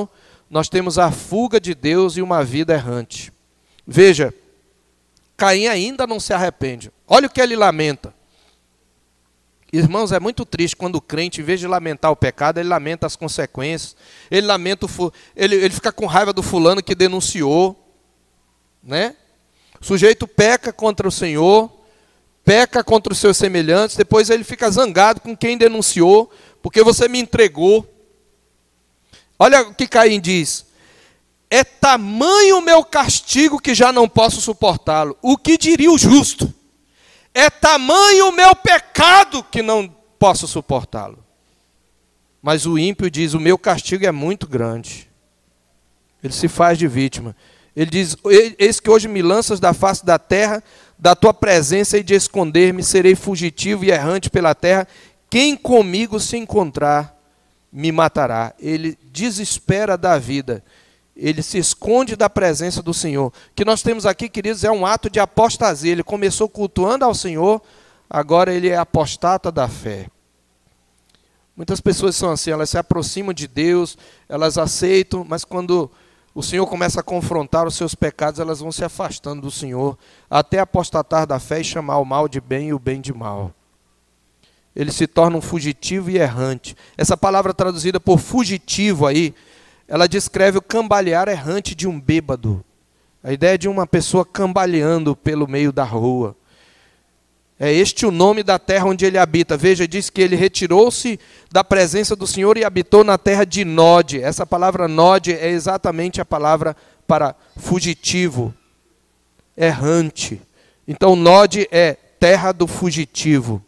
Speaker 1: nós temos a fuga de Deus e uma vida errante. Veja, Caim ainda não se arrepende. Olha o que ele lamenta. Irmãos, é muito triste quando o crente, em vez de lamentar o pecado, ele lamenta as consequências. Ele lamenta ele fica com raiva do fulano que denunciou, né? O sujeito peca contra o Senhor, peca contra os seus semelhantes, depois ele fica zangado com quem denunciou, porque você me entregou. Olha o que Caim diz: é tamanho o meu castigo que já não posso suportá-lo. O que diria o justo? É tamanho o meu pecado que não posso suportá-lo. Mas o ímpio diz: o meu castigo é muito grande. Ele se faz de vítima. Ele diz: eis que hoje me lanças da face da terra, da tua presença e de esconder-me, serei fugitivo e errante pela terra. Quem comigo se encontrar, me matará. Ele desespera da vida. Ele se esconde da presença do Senhor. O que nós temos aqui, queridos, é um ato de apostasia. Ele começou cultuando ao Senhor, agora ele é apostata da fé. Muitas pessoas são assim, elas se aproximam de Deus, elas aceitam, mas quando o Senhor começa a confrontar os seus pecados, elas vão se afastando do Senhor, até apostatar da fé e chamar o mal de bem e o bem de mal. Ele se torna um fugitivo e errante. Essa palavra traduzida por fugitivo aí, ela descreve o cambalear errante de um bêbado. A ideia de uma pessoa cambaleando pelo meio da rua. É este o nome da terra onde ele habita. Veja, diz que ele retirou-se da presença do Senhor e habitou na terra de Nod. Essa palavra Nod é exatamente a palavra para fugitivo, errante. Então Nod é terra do fugitivo.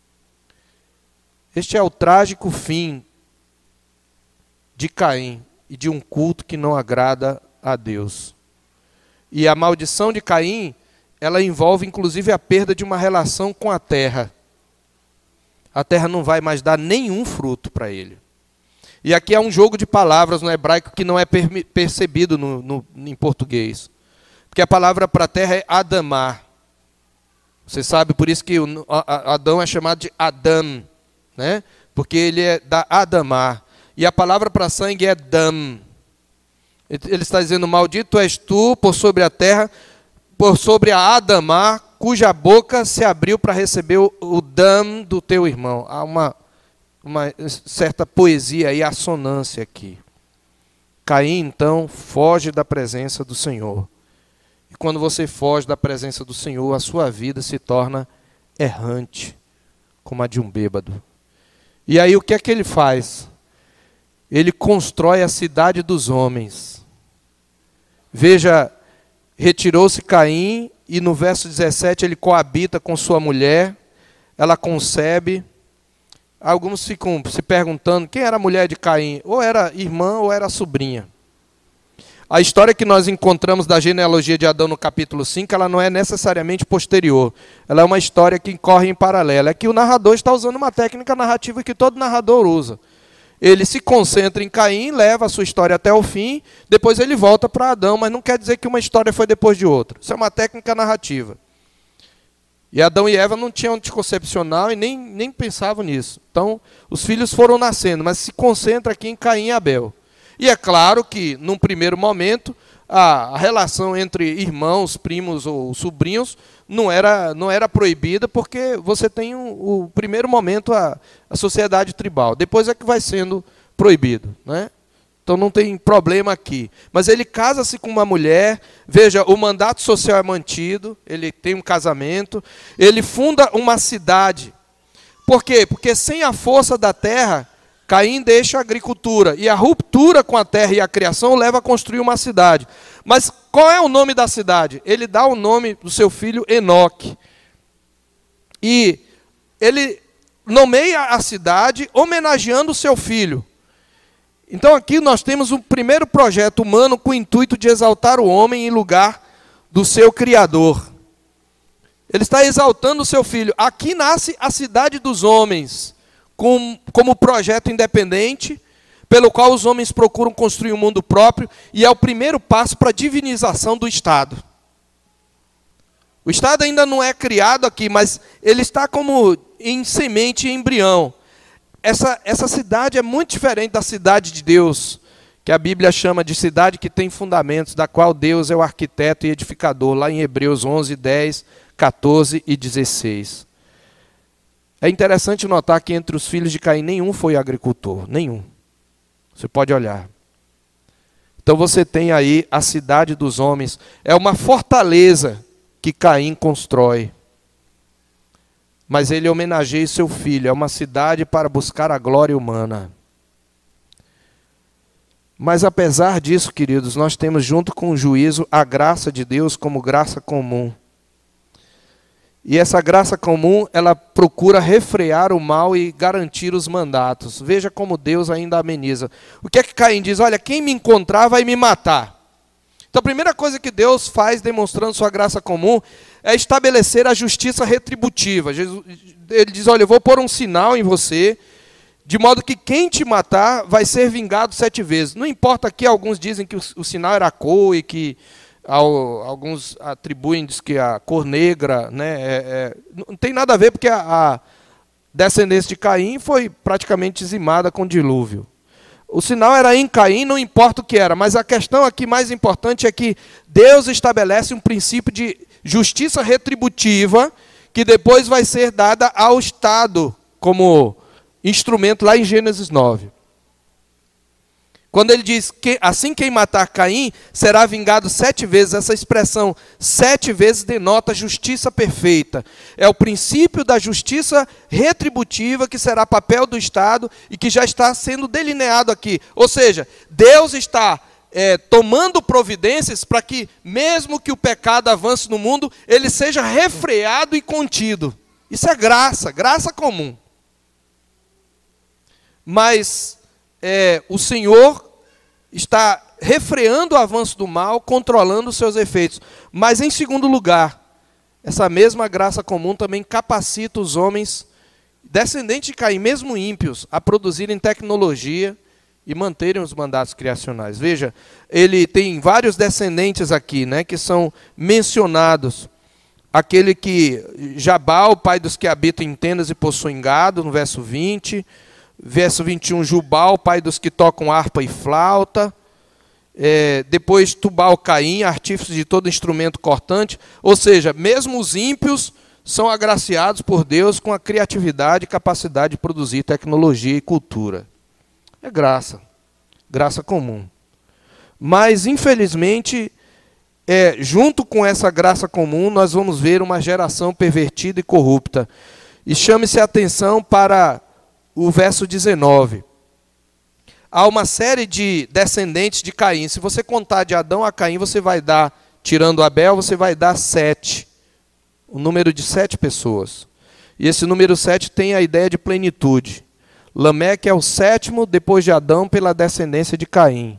Speaker 1: Este é o trágico fim de Caim e de um culto que não agrada a Deus. E a maldição de Caim, ela envolve inclusive a perda de uma relação com a terra. A terra não vai mais dar nenhum fruto para ele. E aqui há um jogo de palavras no hebraico que não é percebido em português. Porque a palavra para a terra é Adamá. Você sabe, por isso que Adão é chamado de Adam, né? Porque ele é da Adamá. E a palavra para sangue é dam. Ele está dizendo: maldito és tu por sobre a terra, por sobre a Adamá, cuja boca se abriu para receber o dam do teu irmão. Há uma certa poesia e assonância aqui. Caim, então, foge da presença do Senhor. E quando você foge da presença do Senhor, a sua vida se torna errante, como a de um bêbado. E aí o que é que ele faz? Ele constrói a cidade dos homens. Veja, retirou-se Caim e no verso 17 ele coabita com sua mulher, ela concebe. Alguns ficam se perguntando quem era a mulher de Caim, ou era irmã ou era sobrinha. A história que nós encontramos da genealogia de Adão no capítulo 5, ela não é necessariamente posterior. Ela é uma história que corre em paralelo. É que o narrador está usando uma técnica narrativa que todo narrador usa. Ele se concentra em Caim, leva a sua história até o fim, depois ele volta para Adão, mas não quer dizer que uma história foi depois de outra. Isso é uma técnica narrativa. E Adão e Eva não tinham anticoncepcional e nem pensavam nisso. Então, os filhos foram nascendo, mas se concentra aqui em Caim e Abel. E é claro que, num primeiro momento, a relação entre irmãos, primos ou sobrinhos não era proibida, porque você tem o primeiro momento a sociedade tribal. Depois é que vai sendo proibido, né? Então não tem problema aqui. Mas ele casa-se com uma mulher, veja, o mandato social é mantido, ele tem um casamento, ele funda uma cidade. Por quê? Porque sem a força da terra, Caim deixa a agricultura, e a ruptura com a terra e a criação o leva a construir uma cidade. Mas qual é o nome da cidade? Ele dá o nome do seu filho Enoque. E ele nomeia a cidade homenageando o seu filho. Então aqui nós temos um primeiro projeto humano com o intuito de exaltar o homem em lugar do seu Criador. Ele está exaltando o seu filho. Aqui nasce a cidade dos homens, como projeto independente, pelo qual os homens procuram construir um mundo próprio, e é o primeiro passo para a divinização do Estado. O Estado ainda não é criado aqui, mas ele está como em semente e embrião. Essa cidade é muito diferente da cidade de Deus, que a Bíblia chama de cidade que tem fundamentos, da qual Deus é o arquiteto e edificador, lá em Hebreus 11, 10, 14 e 16. É interessante notar que entre os filhos de Caim nenhum foi agricultor, nenhum. Você pode olhar. Então você tem aí a cidade dos homens, é uma fortaleza que Caim constrói. Mas ele homenageia seu filho, é uma cidade para buscar a glória humana. Mas apesar disso, queridos, nós temos junto com o juízo a graça de Deus como graça comum. E essa graça comum, ela procura refrear o mal e garantir os mandatos. Veja como Deus ainda ameniza. O que é que Caim diz? Olha, quem me encontrar vai me matar. Então a primeira coisa que Deus faz, demonstrando sua graça comum, é estabelecer a justiça retributiva. Ele diz, olha, eu vou pôr um sinal em você, de modo que quem te matar vai ser vingado 7 vezes. Não importa que alguns dizem que o sinal era a cor e que alguns atribuem diz que a cor negra, né, não tem nada a ver, porque a descendência de Caim foi praticamente dizimada com o dilúvio. O sinal era em Caim, não importa o que era, mas a questão aqui mais importante é que Deus estabelece um princípio de justiça retributiva que depois vai ser dada ao Estado como instrumento lá em Gênesis 9. Quando ele diz que assim quem matar Caim será vingado 7 vezes, essa expressão 7 vezes denota justiça perfeita. É o princípio da justiça retributiva que será papel do Estado e que já está sendo delineado aqui. Ou seja, Deus está tomando providências para que, mesmo que o pecado avance no mundo, ele seja refreado e contido. Isso é graça, graça comum. Mas o Senhor está refreando o avanço do mal, controlando os seus efeitos. Mas, em segundo lugar, essa mesma graça comum também capacita os homens, descendentes de Caim, mesmo ímpios, a produzirem tecnologia e manterem os mandatos criacionais. Veja, ele tem vários descendentes aqui, né, que são mencionados. Aquele que, Jabal, pai dos que habitam em tendas e possuem gado, no verso 20... Verso 21, Jubal, pai dos que tocam harpa e flauta. Depois Tubal, Caim, artífice de todo instrumento cortante. Ou seja, mesmo os ímpios são agraciados por Deus com a criatividade e capacidade de produzir tecnologia e cultura. É graça, graça comum. Mas, infelizmente, junto com essa graça comum, nós vamos ver uma geração pervertida e corrupta. E chame-se a atenção para o verso 19. Há uma série de descendentes de Caim. Se você contar de Adão a Caim, você vai dar, tirando Abel, você vai dar 7. O número de 7 pessoas. E esse número 7 tem a ideia de plenitude. Lameque é o 7º, depois de Adão, pela descendência de Caim.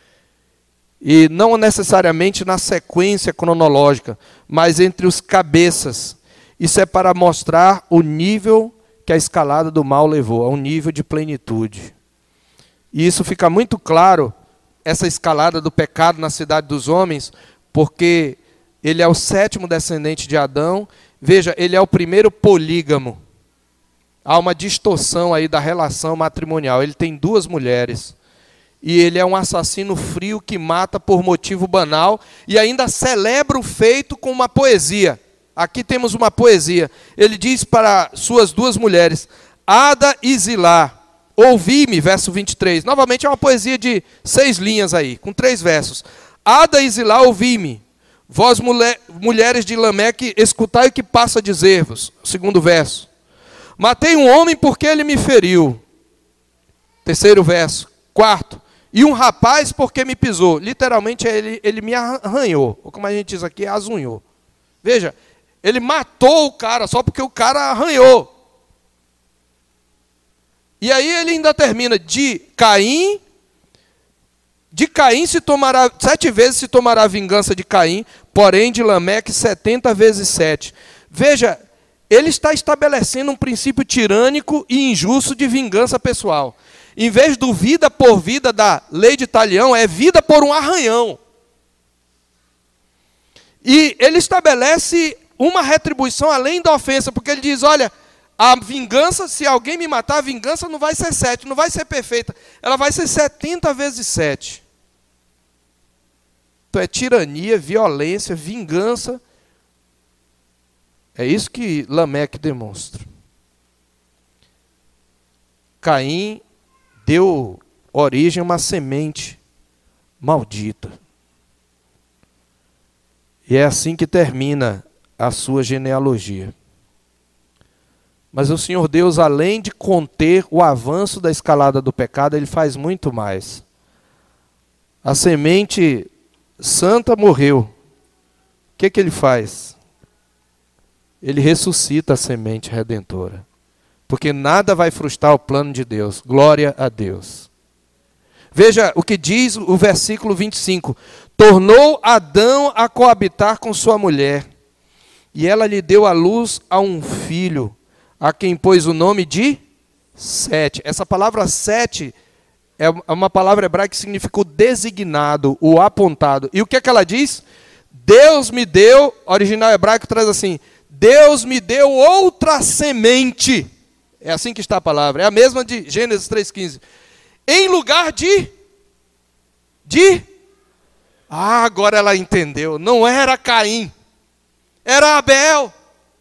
Speaker 1: E não necessariamente na sequência cronológica, mas entre os cabeças. Isso é para mostrar o nível que a escalada do mal levou, a um nível de plenitude. E isso fica muito claro, essa escalada do pecado na cidade dos homens, porque ele é o 7º descendente de Adão. Veja, ele é o primeiro polígamo. Há uma distorção aí da relação matrimonial. Ele tem 2 mulheres. E ele é um assassino frio que mata por motivo banal e ainda celebra o feito com uma poesia. Aqui temos uma poesia. Ele diz para suas 2 mulheres, Ada e Zilá, ouvi-me, verso 23. Novamente é uma poesia de 6 linhas aí, com 3 versos. Ada e Zilá, ouvi-me. Vós, mulheres de Lameque, escutai o que passa a dizer-vos. Segundo verso. Matei um homem porque ele me feriu. Terceiro verso. Quarto. E um rapaz porque me pisou. Literalmente ele me arranhou. Ou como a gente diz aqui, azunhou. Veja, ele matou o cara só porque o cara arranhou. E aí ele ainda termina, de Caim se tomará, 7 vezes se tomará a vingança de Caim, porém de Lameque 70 vezes 7. Veja, ele está estabelecendo um princípio tirânico e injusto de vingança pessoal. Em vez do vida por vida da lei de Talião, é vida por um arranhão. E ele estabelece uma retribuição além da ofensa, porque ele diz, olha, A vingança, se alguém me matar, a vingança não vai ser 7, não vai ser perfeita. Ela vai ser 70 vezes 7. Então é tirania, violência, vingança. É isso que Lameque demonstra. Caim deu origem a uma semente maldita. E é assim que termina a sua genealogia. Mas o Senhor Deus, além de conter o avanço da escalada do pecado, Ele faz muito mais. A semente santa morreu. O que Ele faz? Ele ressuscita a semente redentora. Porque nada vai frustrar o plano de Deus. Glória a Deus. Veja o que diz o versículo 25. Tornou Adão a coabitar com sua mulher, e ela lhe deu à luz a um filho, a quem pôs o nome de Sete. Essa palavra Sete é uma palavra hebraica que significa o designado, o apontado. E o que é que ela diz? Deus me deu, original hebraico traz assim, Deus me deu outra semente. É assim que está a palavra, é a mesma de Gênesis 3,15. Em lugar de... agora ela entendeu. Não era Caim, era Abel.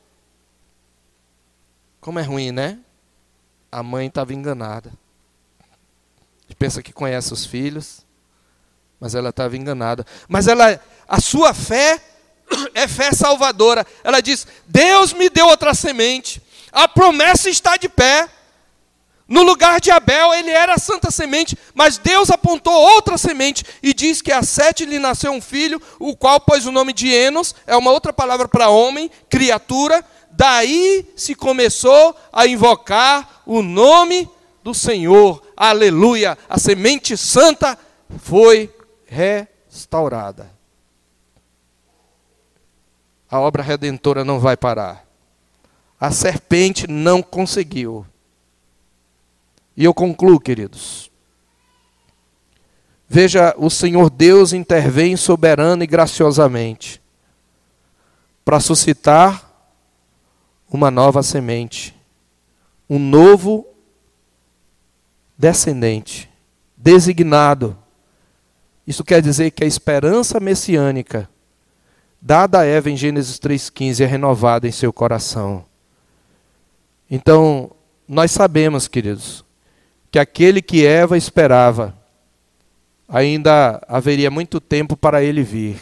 Speaker 1: Como é ruim, né? A mãe estava enganada. A gente pensa que conhece os filhos, mas ela estava enganada. Mas a sua fé é fé salvadora. Ela diz, Deus me deu outra semente. A promessa está de pé. No lugar de Abel, ele era a santa semente, mas Deus apontou outra semente e diz que a Sete lhe nasceu um filho, o qual pôs o nome de Enos, é uma outra palavra para homem, criatura. Daí se começou a invocar o nome do Senhor. Aleluia! A semente santa foi restaurada. A obra redentora não vai parar. A serpente não conseguiu. E eu concluo, queridos. Veja, o Senhor Deus intervém soberano e graciosamente para suscitar uma nova semente, um novo descendente, designado. Isso quer dizer que a esperança messiânica, dada a Eva em Gênesis 3,15, é renovada em seu coração. Então, nós sabemos, queridos, que aquele que Eva esperava, ainda haveria muito tempo para ele vir.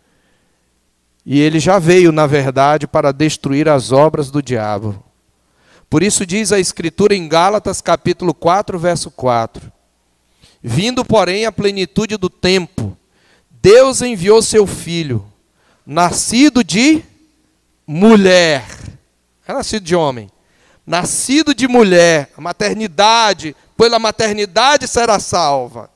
Speaker 1: E ele já veio, na verdade, para destruir as obras do diabo. Por isso diz a Escritura em Gálatas, capítulo 4, verso 4. Vindo, porém, a plenitude do tempo, Deus enviou seu Filho, nascido de mulher. Não é nascido de homem. Nascido de mulher, a maternidade, pela maternidade será salva.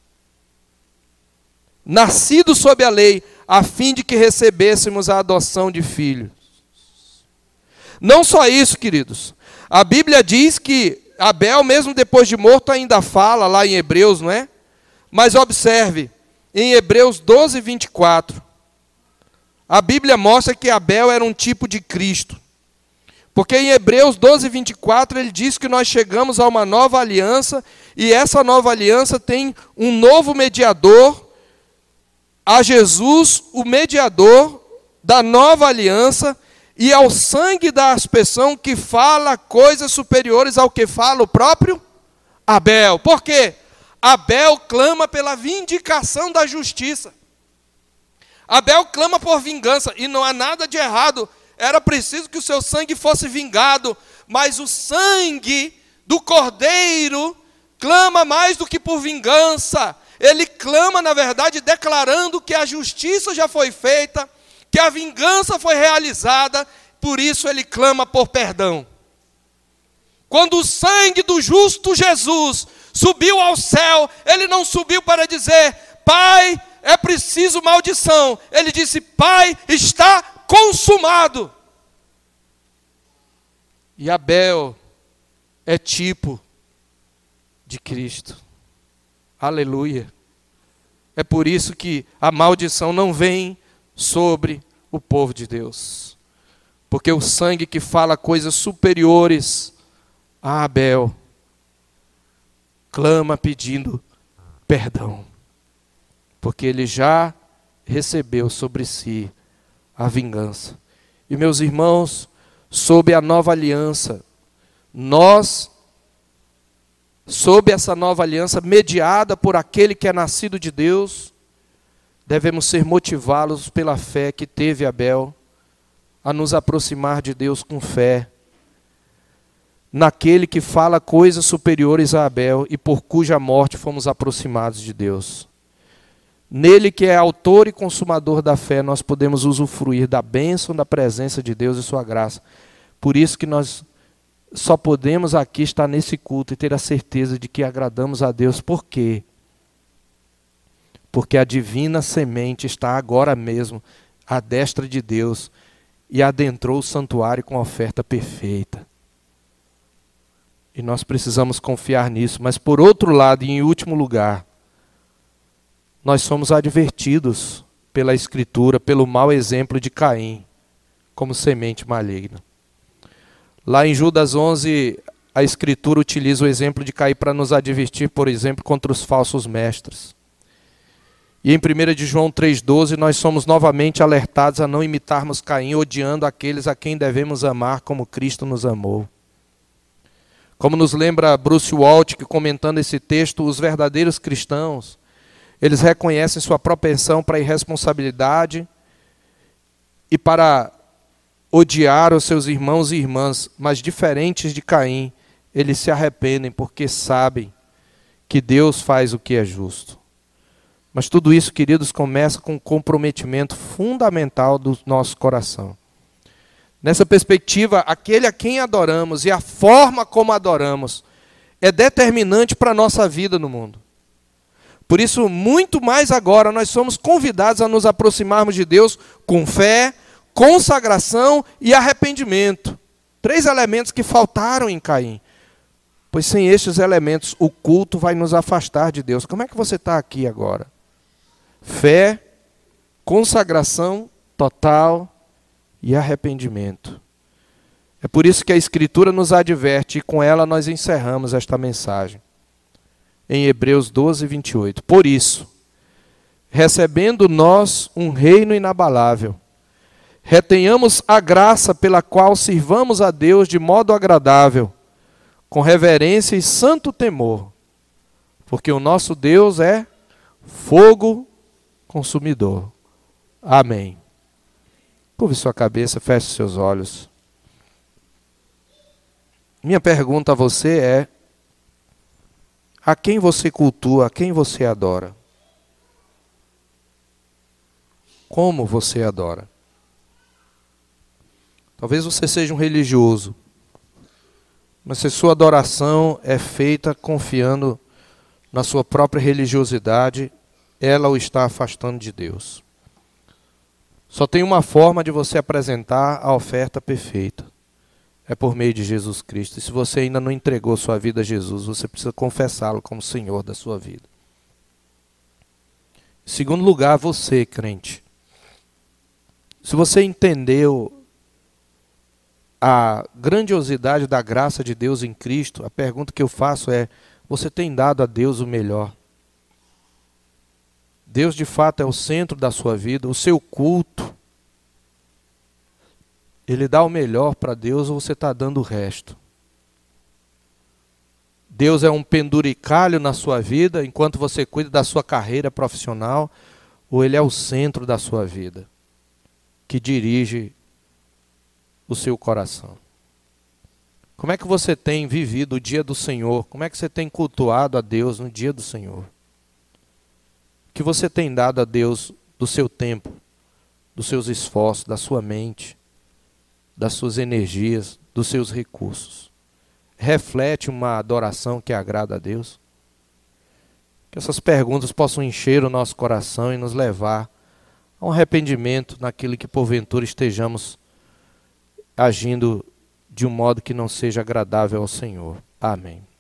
Speaker 1: Nascido sob a lei, a fim de que recebêssemos a adoção de filhos. Não só isso, queridos. A Bíblia diz que Abel, mesmo depois de morto, ainda fala lá em Hebreus, não é? Mas observe, em Hebreus 12, 24, a Bíblia mostra que Abel era um tipo de Cristo. Porque em Hebreus 12, 24, ele diz que nós chegamos a uma nova aliança, e essa nova aliança tem um novo mediador, a Jesus, o mediador da nova aliança, e ao sangue da aspersão que fala coisas superiores ao que fala o próprio Abel. Por quê? Abel clama pela vindicação da justiça. Abel clama por vingança, e não há nada de errado. Era preciso que o seu sangue fosse vingado, mas o sangue do Cordeiro clama mais do que por vingança. Ele clama, na verdade, declarando que a justiça já foi feita, que a vingança foi realizada, por isso ele clama por perdão. Quando o sangue do justo Jesus subiu ao céu, ele não subiu para dizer, Pai, é preciso maldição. Ele disse, Pai, está consumado. E Abel é tipo de Cristo. Aleluia. É por isso que a maldição não vem sobre o povo de Deus. Porque o sangue que fala coisas superiores a Abel clama pedindo perdão, porque ele já recebeu sobre si a vingança. E meus irmãos, sob a nova aliança, nós, sob essa nova aliança mediada por aquele que é nascido de Deus, devemos ser motivados pela fé que teve Abel, a nos aproximar de Deus com fé, naquele que fala coisas superiores a Abel e por cuja morte fomos aproximados de Deus. Nele que é autor e consumador da fé, nós podemos usufruir da bênção da presença de Deus e sua graça. Por isso que nós só podemos aqui estar nesse culto e ter a certeza de que agradamos a Deus. Por quê? Porque a divina semente está agora mesmo à destra de Deus e adentrou o santuário com a oferta perfeita. E nós precisamos confiar nisso. Mas por outro lado, e em último lugar, nós somos advertidos pela Escritura, pelo mau exemplo de Caim, como semente maligna. Lá em Judas 11, a Escritura utiliza o exemplo de Caim para nos advertir, por exemplo, contra os falsos mestres. E em 1 de João 3,12, nós somos novamente alertados a não imitarmos Caim, odiando aqueles a quem devemos amar como Cristo nos amou. Como nos lembra Bruce Waltke, que comentando esse texto, os verdadeiros cristãos, eles reconhecem sua propensão para a irresponsabilidade e para odiar os seus irmãos e irmãs, mas diferentes de Caim, eles se arrependem porque sabem que Deus faz o que é justo. Mas tudo isso, queridos, começa com um comprometimento fundamental do nosso coração. Nessa perspectiva, aquele a quem adoramos e a forma como adoramos é determinante para a nossa vida no mundo. Por isso, muito mais agora, nós somos convidados a nos aproximarmos de Deus com fé, consagração e arrependimento. 3 elementos que faltaram em Caim. Pois sem estes elementos, o culto vai nos afastar de Deus. Como é que você está aqui agora? Fé, consagração total e arrependimento. É por isso que a Escritura nos adverte, e com ela nós encerramos esta mensagem. Em Hebreus 12, 28. Por isso, recebendo nós um reino inabalável, retenhamos a graça pela qual sirvamos a Deus de modo agradável, com reverência e santo temor, porque o nosso Deus é fogo consumidor. Amém. Curve sua cabeça, feche seus olhos. Minha pergunta a você é: a quem você cultua, a quem você adora? Como você adora? Talvez você seja um religioso, mas se sua adoração é feita confiando na sua própria religiosidade, ela o está afastando de Deus. Só tem uma forma de você apresentar a oferta perfeita. É por meio de Jesus Cristo. E se você ainda não entregou sua vida a Jesus, você precisa confessá-lo como Senhor da sua vida. Em segundo lugar, você, crente. Se você entendeu a grandiosidade da graça de Deus em Cristo, a pergunta que eu faço é: você tem dado a Deus o melhor? Deus de fato é o centro da sua vida, o seu culto, ele dá o melhor para Deus ou você está dando o resto? Deus é um penduricalho na sua vida enquanto você cuida da sua carreira profissional, ou ele é o centro da sua vida, que dirige o seu coração? Como é que você tem vivido o dia do Senhor? Como é que você tem cultuado a Deus no dia do Senhor? O que você tem dado a Deus do seu tempo, dos seus esforços, da sua mente, das suas energias, dos seus recursos? Reflete uma adoração que agrada a Deus? Que essas perguntas possam encher o nosso coração e nos levar a um arrependimento naquilo que porventura estejamos agindo de um modo que não seja agradável ao Senhor. Amém.